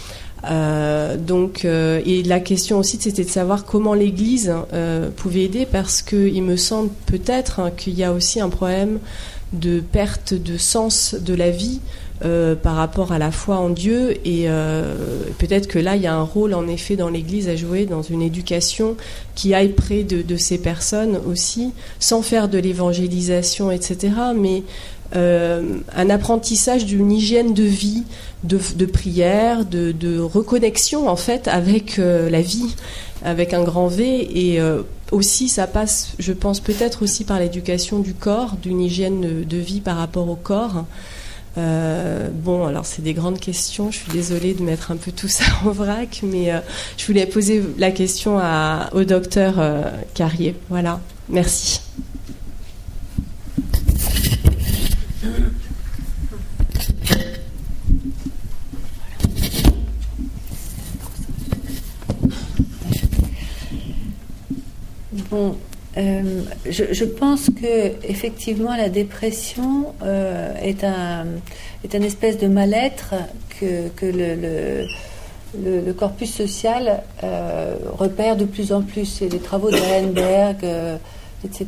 et la question aussi, c'était de savoir comment l'Église pouvait aider, parce qu'il me semble peut-être qu'il y a aussi un problème de perte de sens de la vie par rapport à la foi en Dieu, et peut-être que là il y a un rôle en effet dans l'Église à jouer, dans une éducation qui aille près de ces personnes aussi, sans faire de l'évangélisation, etc., mais un apprentissage d'une hygiène de vie, de prière, de reconnexion en fait avec la vie, avec un grand V, et aussi ça passe, je pense, peut-être aussi par l'éducation du corps, d'une hygiène de vie par rapport au corps. Alors c'est des grandes questions, je suis désolée de mettre un peu tout ça en vrac, mais je voulais poser la question au docteur Carrier. Voilà, merci. Bon, je pense que effectivement la dépression est un espèce de mal-être que le corpus social repère de plus en plus. Et les travaux de Ehrenberg, etc.,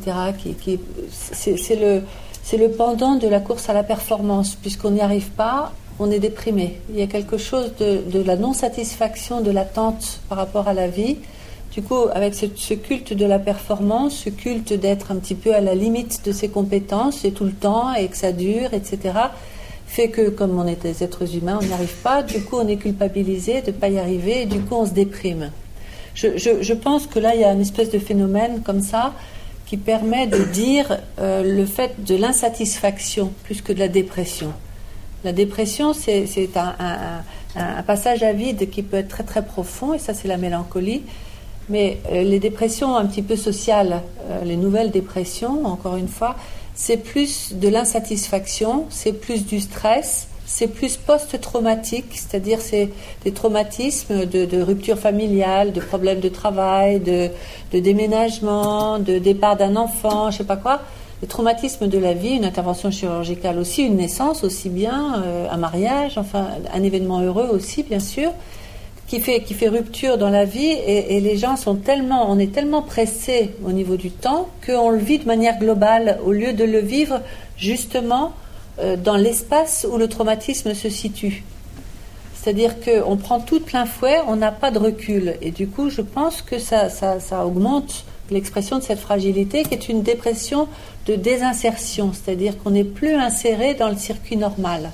c'est le pendant de la course à la performance. Puisqu'on n'y arrive pas, on est déprimé. Il y a quelque chose de la non-satisfaction, de l'attente par rapport à la vie. Du coup, avec ce culte de la performance, ce culte d'être un petit peu à la limite de ses compétences, et tout le temps, et que ça dure, etc., fait que, comme on est des êtres humains, on n'y arrive pas. Du coup, on est culpabilisé de ne pas y arriver, et du coup, on se déprime. Je pense que là, il y a une espèce de phénomène comme ça qui permet de dire le fait de l'insatisfaction plus que de la dépression. La dépression, c'est un passage à vide qui peut être très très profond, et ça, c'est la mélancolie. Mais les dépressions un petit peu sociales, les nouvelles dépressions, encore une fois, c'est plus de l'insatisfaction, c'est plus du stress, c'est plus post-traumatique, c'est-à-dire c'est des traumatismes de rupture familiale, de problèmes de travail, de déménagement, de départ d'un enfant, je sais pas quoi. Les traumatismes de la vie, une intervention chirurgicale aussi, une naissance aussi bien, un mariage, enfin un événement heureux aussi, bien sûr, qui fait rupture dans la vie, et les gens on est tellement pressés au niveau du temps qu'on le vit de manière globale, au lieu de le vivre justement dans l'espace où le traumatisme se situe. C'est-à-dire qu'on prend tout de plein fouet, on n'a pas de recul. Et du coup, je pense que ça augmente l'expression de cette fragilité, qui est une dépression de désinsertion, c'est-à-dire qu'on n'est plus inséré dans le circuit normal.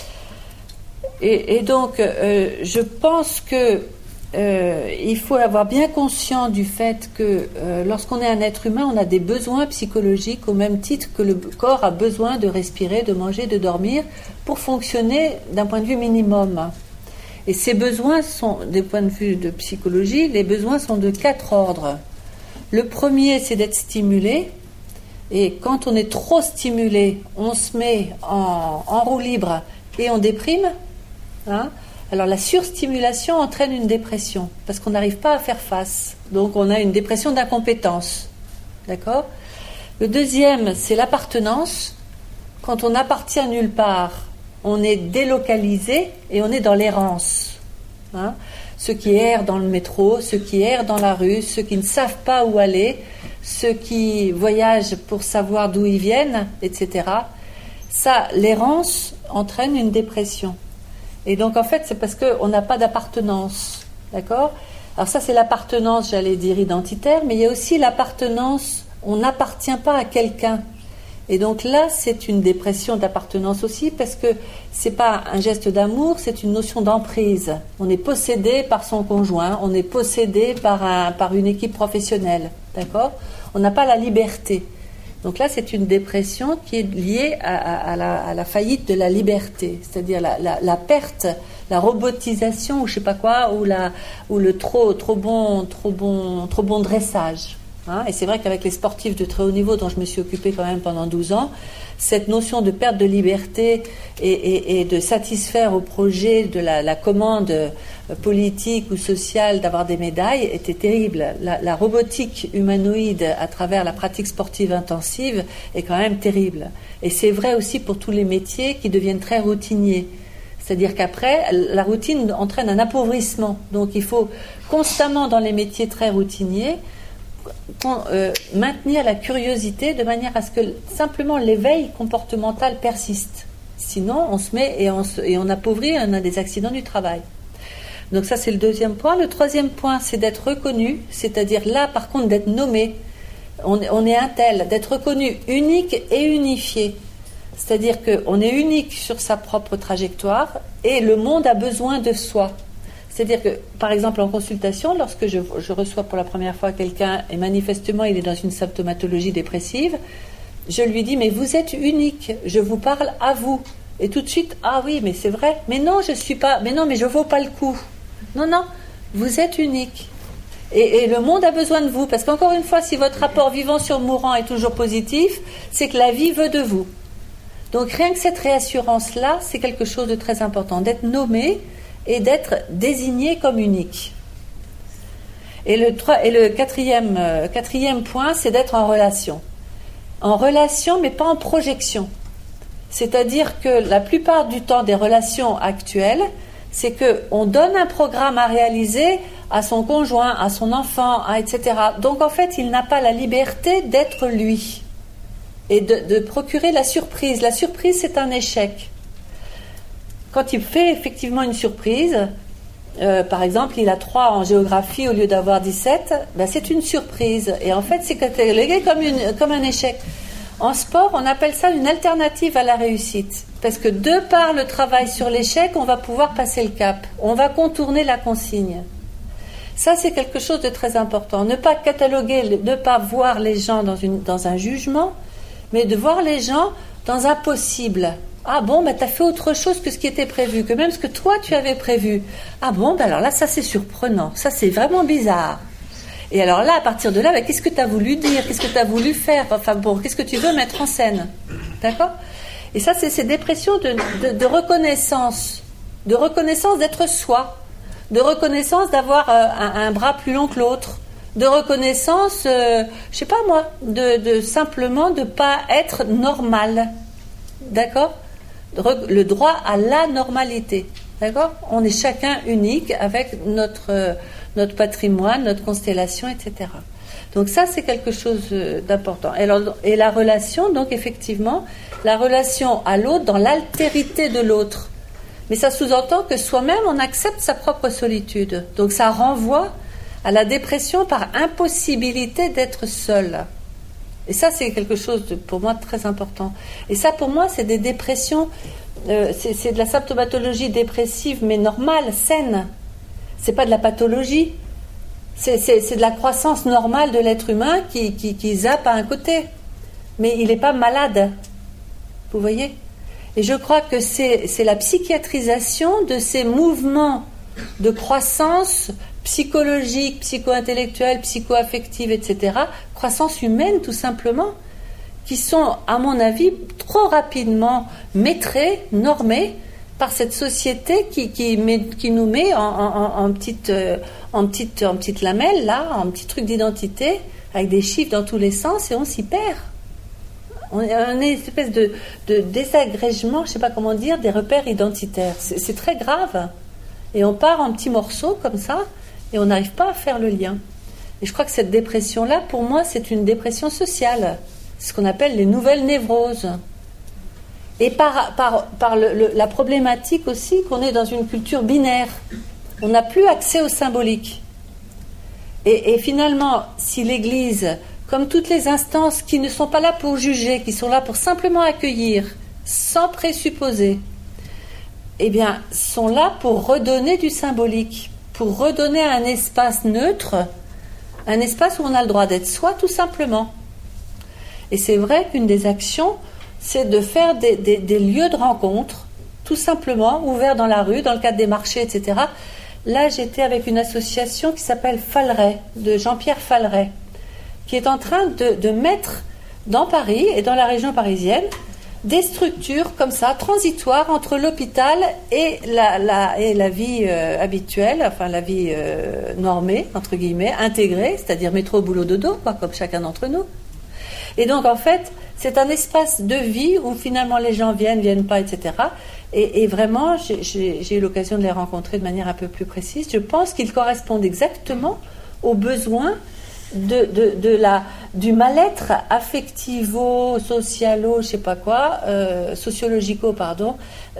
Et donc, je pense que il faut avoir bien conscience du fait que lorsqu'on est un être humain, on a des besoins psychologiques au même titre que le corps a besoin de respirer, de manger, de dormir pour fonctionner d'un point de vue minimum. Et ces besoins sont, des points de vue de psychologie, les besoins sont de 4 ordres. Le premier, c'est d'être stimulé. Et quand on est trop stimulé, on se met en roue libre et on déprime. Hein. Alors la surstimulation entraîne une dépression parce qu'on n'arrive pas à faire face. Donc on a une dépression d'incompétence. D'accord ? Le deuxième, c'est l'appartenance. Quand on appartient nulle part, on est délocalisé et on est dans l'errance. Hein ? Ceux qui errent dans le métro, ceux qui errent dans la rue, ceux qui ne savent pas où aller, ceux qui voyagent pour savoir d'où ils viennent, etc. Ça, l'errance entraîne une dépression. Et donc, en fait, c'est parce qu'on n'a pas d'appartenance. D'accord ? Alors ça, c'est l'appartenance, j'allais dire, identitaire, mais il y a aussi l'appartenance, on n'appartient pas à quelqu'un. Et donc là, c'est une dépression d'appartenance aussi, parce que c'est pas un geste d'amour, c'est une notion d'emprise. On est possédé par son conjoint, on est possédé par une équipe professionnelle. D'accord ? On n'a pas la liberté. Donc là, c'est une dépression qui est liée à la faillite de la liberté, c'est-à-dire la perte, la robotisation ou je sais pas quoi, ou le trop bon dressage. Hein, et c'est vrai qu'avec les sportifs de très haut niveau dont je me suis occupée quand même pendant 12 ans, cette notion de perte de liberté et de satisfaire au projet de la commande politique ou sociale d'avoir des médailles était terrible. La robotique humanoïde à travers la pratique sportive intensive est quand même terrible. Et c'est vrai aussi pour tous les métiers qui deviennent très routiniers. C'est-à-dire qu'après, la routine entraîne un appauvrissement. Donc il faut constamment dans les métiers très routiniers maintenir la curiosité de manière à ce que simplement l'éveil comportemental persiste. Sinon, on se met et on appauvrit, on a des accidents du travail. Donc ça, c'est le deuxième point. Le troisième point, c'est d'être reconnu, c'est-à-dire là, par contre, d'être nommé. On est un tel, d'être reconnu unique et unifié. C'est-à-dire qu'on est unique sur sa propre trajectoire et le monde a besoin de soi. C'est-à-dire que, par exemple, en consultation, lorsque je reçois pour la première fois quelqu'un et manifestement il est dans une symptomatologie dépressive, je lui dis « mais vous êtes unique, je vous parle à vous ». Et tout de suite « ah oui, mais c'est vrai, mais non, je suis pas, mais non, mais je vaux pas le coup ». Non, non, vous êtes unique. Et le monde a besoin de vous, parce qu'encore une fois, si votre rapport vivant sur mourant est toujours positif, c'est que la vie veut de vous. Donc rien que cette réassurance-là, c'est quelque chose de très important, d'être nommé et d'être désigné comme unique. Et le quatrième point, c'est d'être en relation. En relation, mais pas en projection. C'est-à-dire que la plupart du temps des relations actuelles, c'est qu'on donne un programme à réaliser à son conjoint, à son enfant, etc. Donc en fait, il n'a pas la liberté d'être lui et de procurer la surprise. La surprise, c'est un échec. Quand il fait effectivement une surprise, par exemple, il a 3 en géographie au lieu d'avoir 17, ben c'est une surprise. Et en fait, c'est catalogué comme un échec. En sport, on appelle ça une alternative à la réussite. Parce que de par le travail sur l'échec, on va pouvoir passer le cap. On va contourner la consigne. Ça, c'est quelque chose de très important. Ne pas cataloguer, ne pas voir les gens dans un jugement, mais de voir les gens dans un possible. Ah bon, ben, tu as fait autre chose que ce qui était prévu, que même ce que toi tu avais prévu. Ah bon, ben alors là, ça c'est surprenant, ça c'est vraiment bizarre. Et alors là, à partir de là, ben, qu'est-ce que tu as voulu dire, qu'est-ce que tu as voulu faire, enfin bon, qu'est-ce que tu veux mettre en scène. D'accord ? Et ça, c'est ces dépressions de reconnaissance, d'être soi, de reconnaissance d'avoir un bras plus long que l'autre, de reconnaissance, je sais pas moi, de simplement de pas être normal. D'accord ? Le droit à la normalité. D'accord ? On est chacun unique avec notre patrimoine, notre constellation, etc. Donc ça, c'est quelque chose d'important. Et la relation, donc effectivement, la relation à l'autre dans l'altérité de l'autre. Mais ça sous-entend que soi-même, on accepte sa propre solitude. Donc ça renvoie à la dépression par impossibilité d'être seul. Et ça, c'est quelque chose pour moi très important. Et ça, pour moi, c'est des dépressions, c'est de la symptomatologie dépressive, mais normale, saine. C'est pas de la pathologie. C'est de la croissance normale de l'être humain qui zappe à un côté. Mais il n'est pas malade. Vous voyez ? Et je crois que c'est la psychiatrisation de ces mouvements de croissance psychologique, psycho-intellectuelle, psycho-affective, etc., croissance humaine tout simplement, qui sont, à mon avis, trop rapidement maîtrés, normés par cette société qui nous met en petite lamelle, là, en petit truc d'identité, avec des chiffres dans tous les sens, et on s'y perd. On est une espèce de désagrégement, je ne sais pas comment dire, des repères identitaires. C'est très grave. Et on part en petits morceaux comme ça, et on n'arrive pas à faire le lien. Et je crois que cette dépression-là, pour moi, c'est une dépression sociale. C'est ce qu'on appelle les nouvelles névroses. Et par la problématique aussi qu'on est dans une culture binaire. On n'a plus accès au symbolique. Et finalement, si l'Église, comme toutes les instances qui ne sont pas là pour juger, qui sont là pour simplement accueillir, sans présupposer, eh bien, sont là pour redonner du symbolique, pour redonner un espace neutre, un espace où on a le droit d'être soi, tout simplement. Et c'est vrai qu'une des actions, c'est de faire des lieux de rencontre, tout simplement, ouverts dans la rue, dans le cadre des marchés, etc. Là, j'étais avec une association qui s'appelle Falleret, de Jean-Pierre Falleret, qui est en train de mettre dans Paris et dans la région parisienne des structures comme ça, transitoires entre l'hôpital et la vie habituelle, enfin la vie normée, entre guillemets, intégrée, c'est-à-dire métro, boulot, dodo, quoi, comme chacun d'entre nous. Et donc, en fait, c'est un espace de vie où finalement les gens viennent pas, etc. Et vraiment, j'ai eu l'occasion de les rencontrer de manière un peu plus précise. Je pense qu'ils correspondent exactement aux besoins du mal-être affectivo, socialo, je sais pas quoi, sociologico, pardon,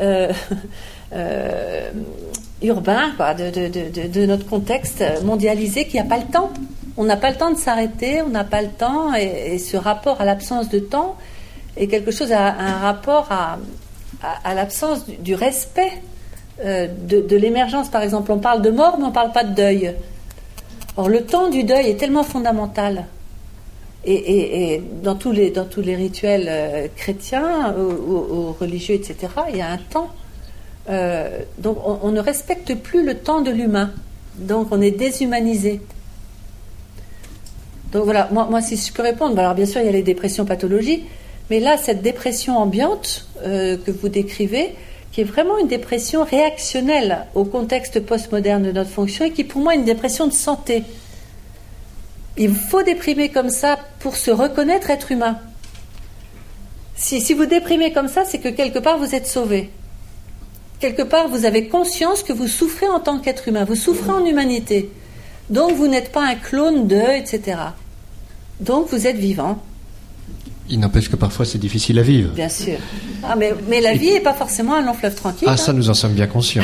urbain, quoi, de notre contexte mondialisé qui n'a pas le temps. On n'a pas le temps de s'arrêter, on n'a pas le temps, et ce rapport à l'absence de temps est quelque chose, un rapport à l'absence du respect de l'émergence. Par exemple, on parle de mort, mais on ne parle pas de deuil. Or, le temps du deuil est tellement fondamental. Et dans tous les rituels chrétiens ou religieux, etc., il y a un temps. Donc, on ne respecte plus le temps de l'humain. Donc, on est déshumanisé. Donc, voilà, moi, si je peux répondre, alors bien sûr, il y a les dépressions pathologiques, mais là, cette dépression ambiante que vous décrivez, qui est vraiment une dépression réactionnelle au contexte postmoderne de notre fonction et qui, pour moi, est une dépression de santé. Il faut déprimer comme ça pour se reconnaître être humain. Si vous déprimez comme ça, c'est que quelque part, vous êtes sauvé. Quelque part, vous avez conscience que vous souffrez en tant qu'être humain. Vous souffrez en humanité. Donc, vous n'êtes pas un clone d'eux, etc. Donc, vous êtes vivant. Il n'empêche que parfois c'est difficile à vivre. Bien sûr. Ah, mais la vie n'est pas forcément un long fleuve tranquille. Ah, ça, nous en sommes bien conscients.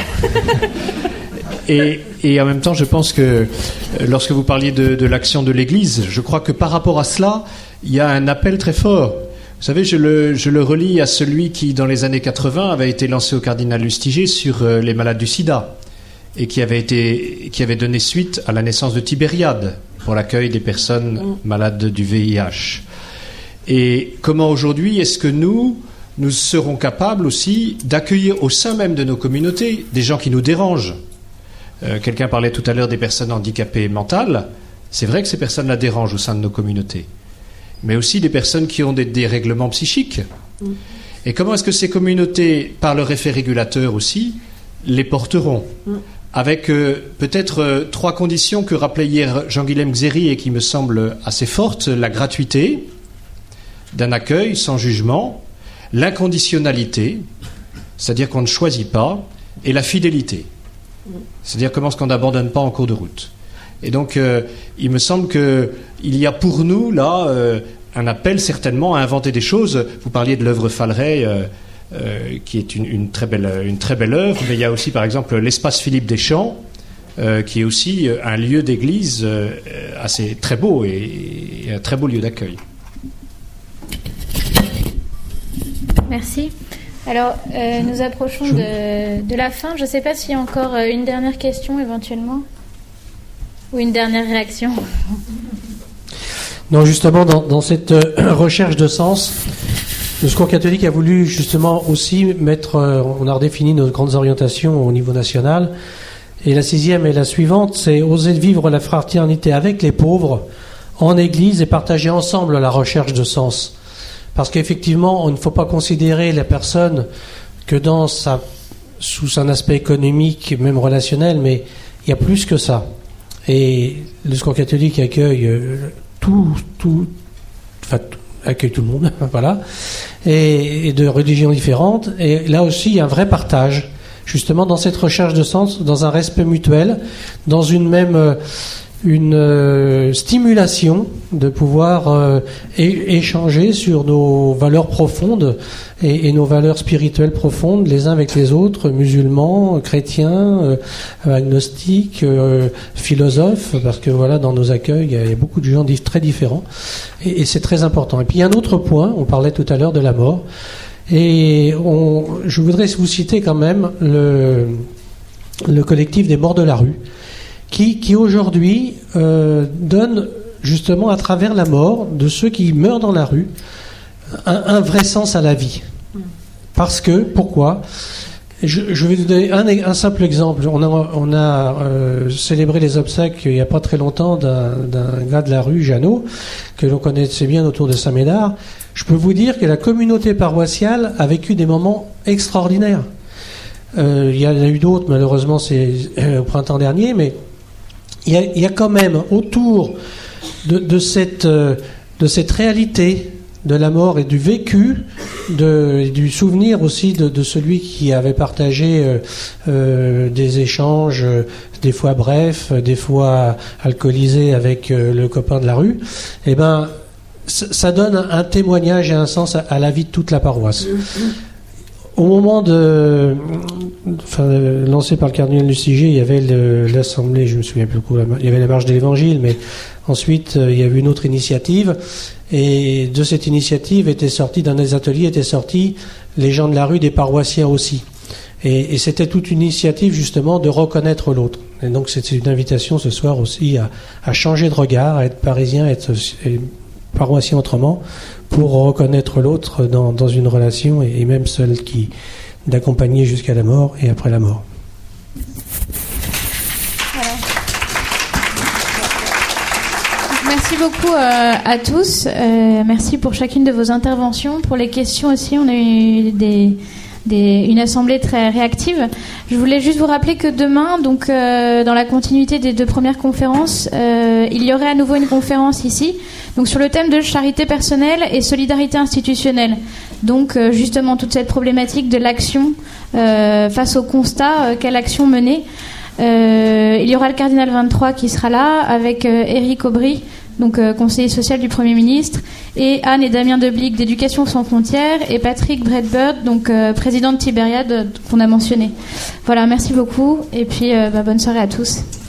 Et en même temps, je pense que lorsque vous parliez de l'action de l'Église, je crois que par rapport à cela, il y a un appel très fort. Vous savez, je le relie à celui qui, dans les années 80, avait été lancé au cardinal Lustiger sur les malades du sida et qui avait donné suite à la naissance de Tibériade pour l'accueil des personnes malades du VIH. Et comment aujourd'hui est-ce que nous serons capables aussi d'accueillir au sein même de nos communautés des gens qui nous dérangent. Quelqu'un parlait tout à l'heure des personnes handicapées mentales. C'est vrai que ces personnes-là dérangent au sein de nos communautés. Mais aussi des personnes qui ont des dérèglements psychiques. Et comment est-ce que ces communautés, par leur effet régulateur aussi, les porteront avec peut-être 3 conditions que rappelait hier Jean-Guilhem Xéry et qui me semblent assez fortes: la gratuité d'un accueil sans jugement, l'inconditionnalité, c'est-à-dire qu'on ne choisit pas, et la fidélité, c'est-à-dire comment est-ce qu'on n'abandonne pas en cours de route. Et donc, il me semble qu'il y a pour nous, là, un appel certainement à inventer des choses. Vous parliez de l'œuvre Falleret, qui est une très belle œuvre, mais il y a aussi, par exemple, l'espace Philippe Deschamps, qui est aussi un lieu d'église assez très beau et un très beau lieu d'accueil. Merci. Alors, nous approchons de la fin. Je ne sais pas s'il y a encore une dernière question éventuellement ou une dernière réaction. Non, justement, dans cette recherche de sens, le Secours catholique a voulu justement aussi mettre, on a redéfini nos grandes orientations au niveau national, et la 6e et la suivante, c'est oser vivre la fraternité avec les pauvres en Église et partager ensemble la recherche de sens. Parce qu'effectivement, il ne faut pas considérer la personne que sous un aspect économique, même relationnel, mais il y a plus que ça. Et le Secours catholique accueille accueille tout le monde, voilà, et de religions différentes. Et là aussi, il y a un vrai partage, justement, dans cette recherche de sens, dans un respect mutuel, dans une même stimulation de pouvoir échanger sur nos valeurs profondes et nos valeurs spirituelles profondes les uns avec les autres, musulmans, chrétiens, agnostiques, philosophes, parce que voilà, dans nos accueils, il y a beaucoup de gens très différents, et c'est très important. Et puis il y a un autre point, on parlait tout à l'heure de la mort, et je voudrais vous citer quand même le collectif des morts de la rue, qui aujourd'hui donne justement à travers la mort de ceux qui meurent dans la rue un vrai sens à la vie. Pourquoi ? Je vais vous donner un simple exemple. On a célébré les obsèques il n'y a pas très longtemps d'un gars de la rue, Jeannot, que l'on connaissait bien autour de Saint-Médard. Je peux vous dire que la communauté paroissiale a vécu des moments extraordinaires. Il y en a eu d'autres, malheureusement, c'est au printemps dernier, mais il y a quand même autour de cette réalité de la mort et du vécu, et du souvenir aussi de celui qui avait partagé des échanges, des fois brefs, des fois alcoolisés avec le copain de la rue, eh ben, ça donne un témoignage et un sens à la vie de toute la paroisse. Au moment lancé par le cardinal Lustiger, il y avait l'assemblée, je me souviens plus beaucoup, il y avait la marche de l'Évangile, mais ensuite il y a eu une autre initiative, et de cette initiative dans des ateliers étaient sortis les gens de la rue, des paroissiens aussi. Et c'était toute une initiative justement de reconnaître l'autre. Et donc c'est une invitation ce soir aussi à changer de regard, à être parisien, à être paroissien autrement, pour reconnaître l'autre dans une relation, et même celle d'accompagner jusqu'à la mort et après la mort. Voilà. Merci beaucoup à tous. Merci pour chacune de vos interventions. Pour les questions aussi, on a eu une assemblée très réactive. Je voulais juste vous rappeler que demain, donc dans la continuité des 2 premières conférences, il y aurait à nouveau une conférence ici, donc sur le thème de charité personnelle et solidarité institutionnelle. Donc justement toute cette problématique de l'action face au constat, quelle action mener. Il y aura le cardinal 23 qui sera là avec Éric Aubry, donc conseiller social du Premier ministre, et Anne et Damien Deblic d'Éducation sans frontières, et Patrick Bradbird, donc président de Tibériade, qu'on a mentionné. Voilà, merci beaucoup, et puis bonne soirée à tous.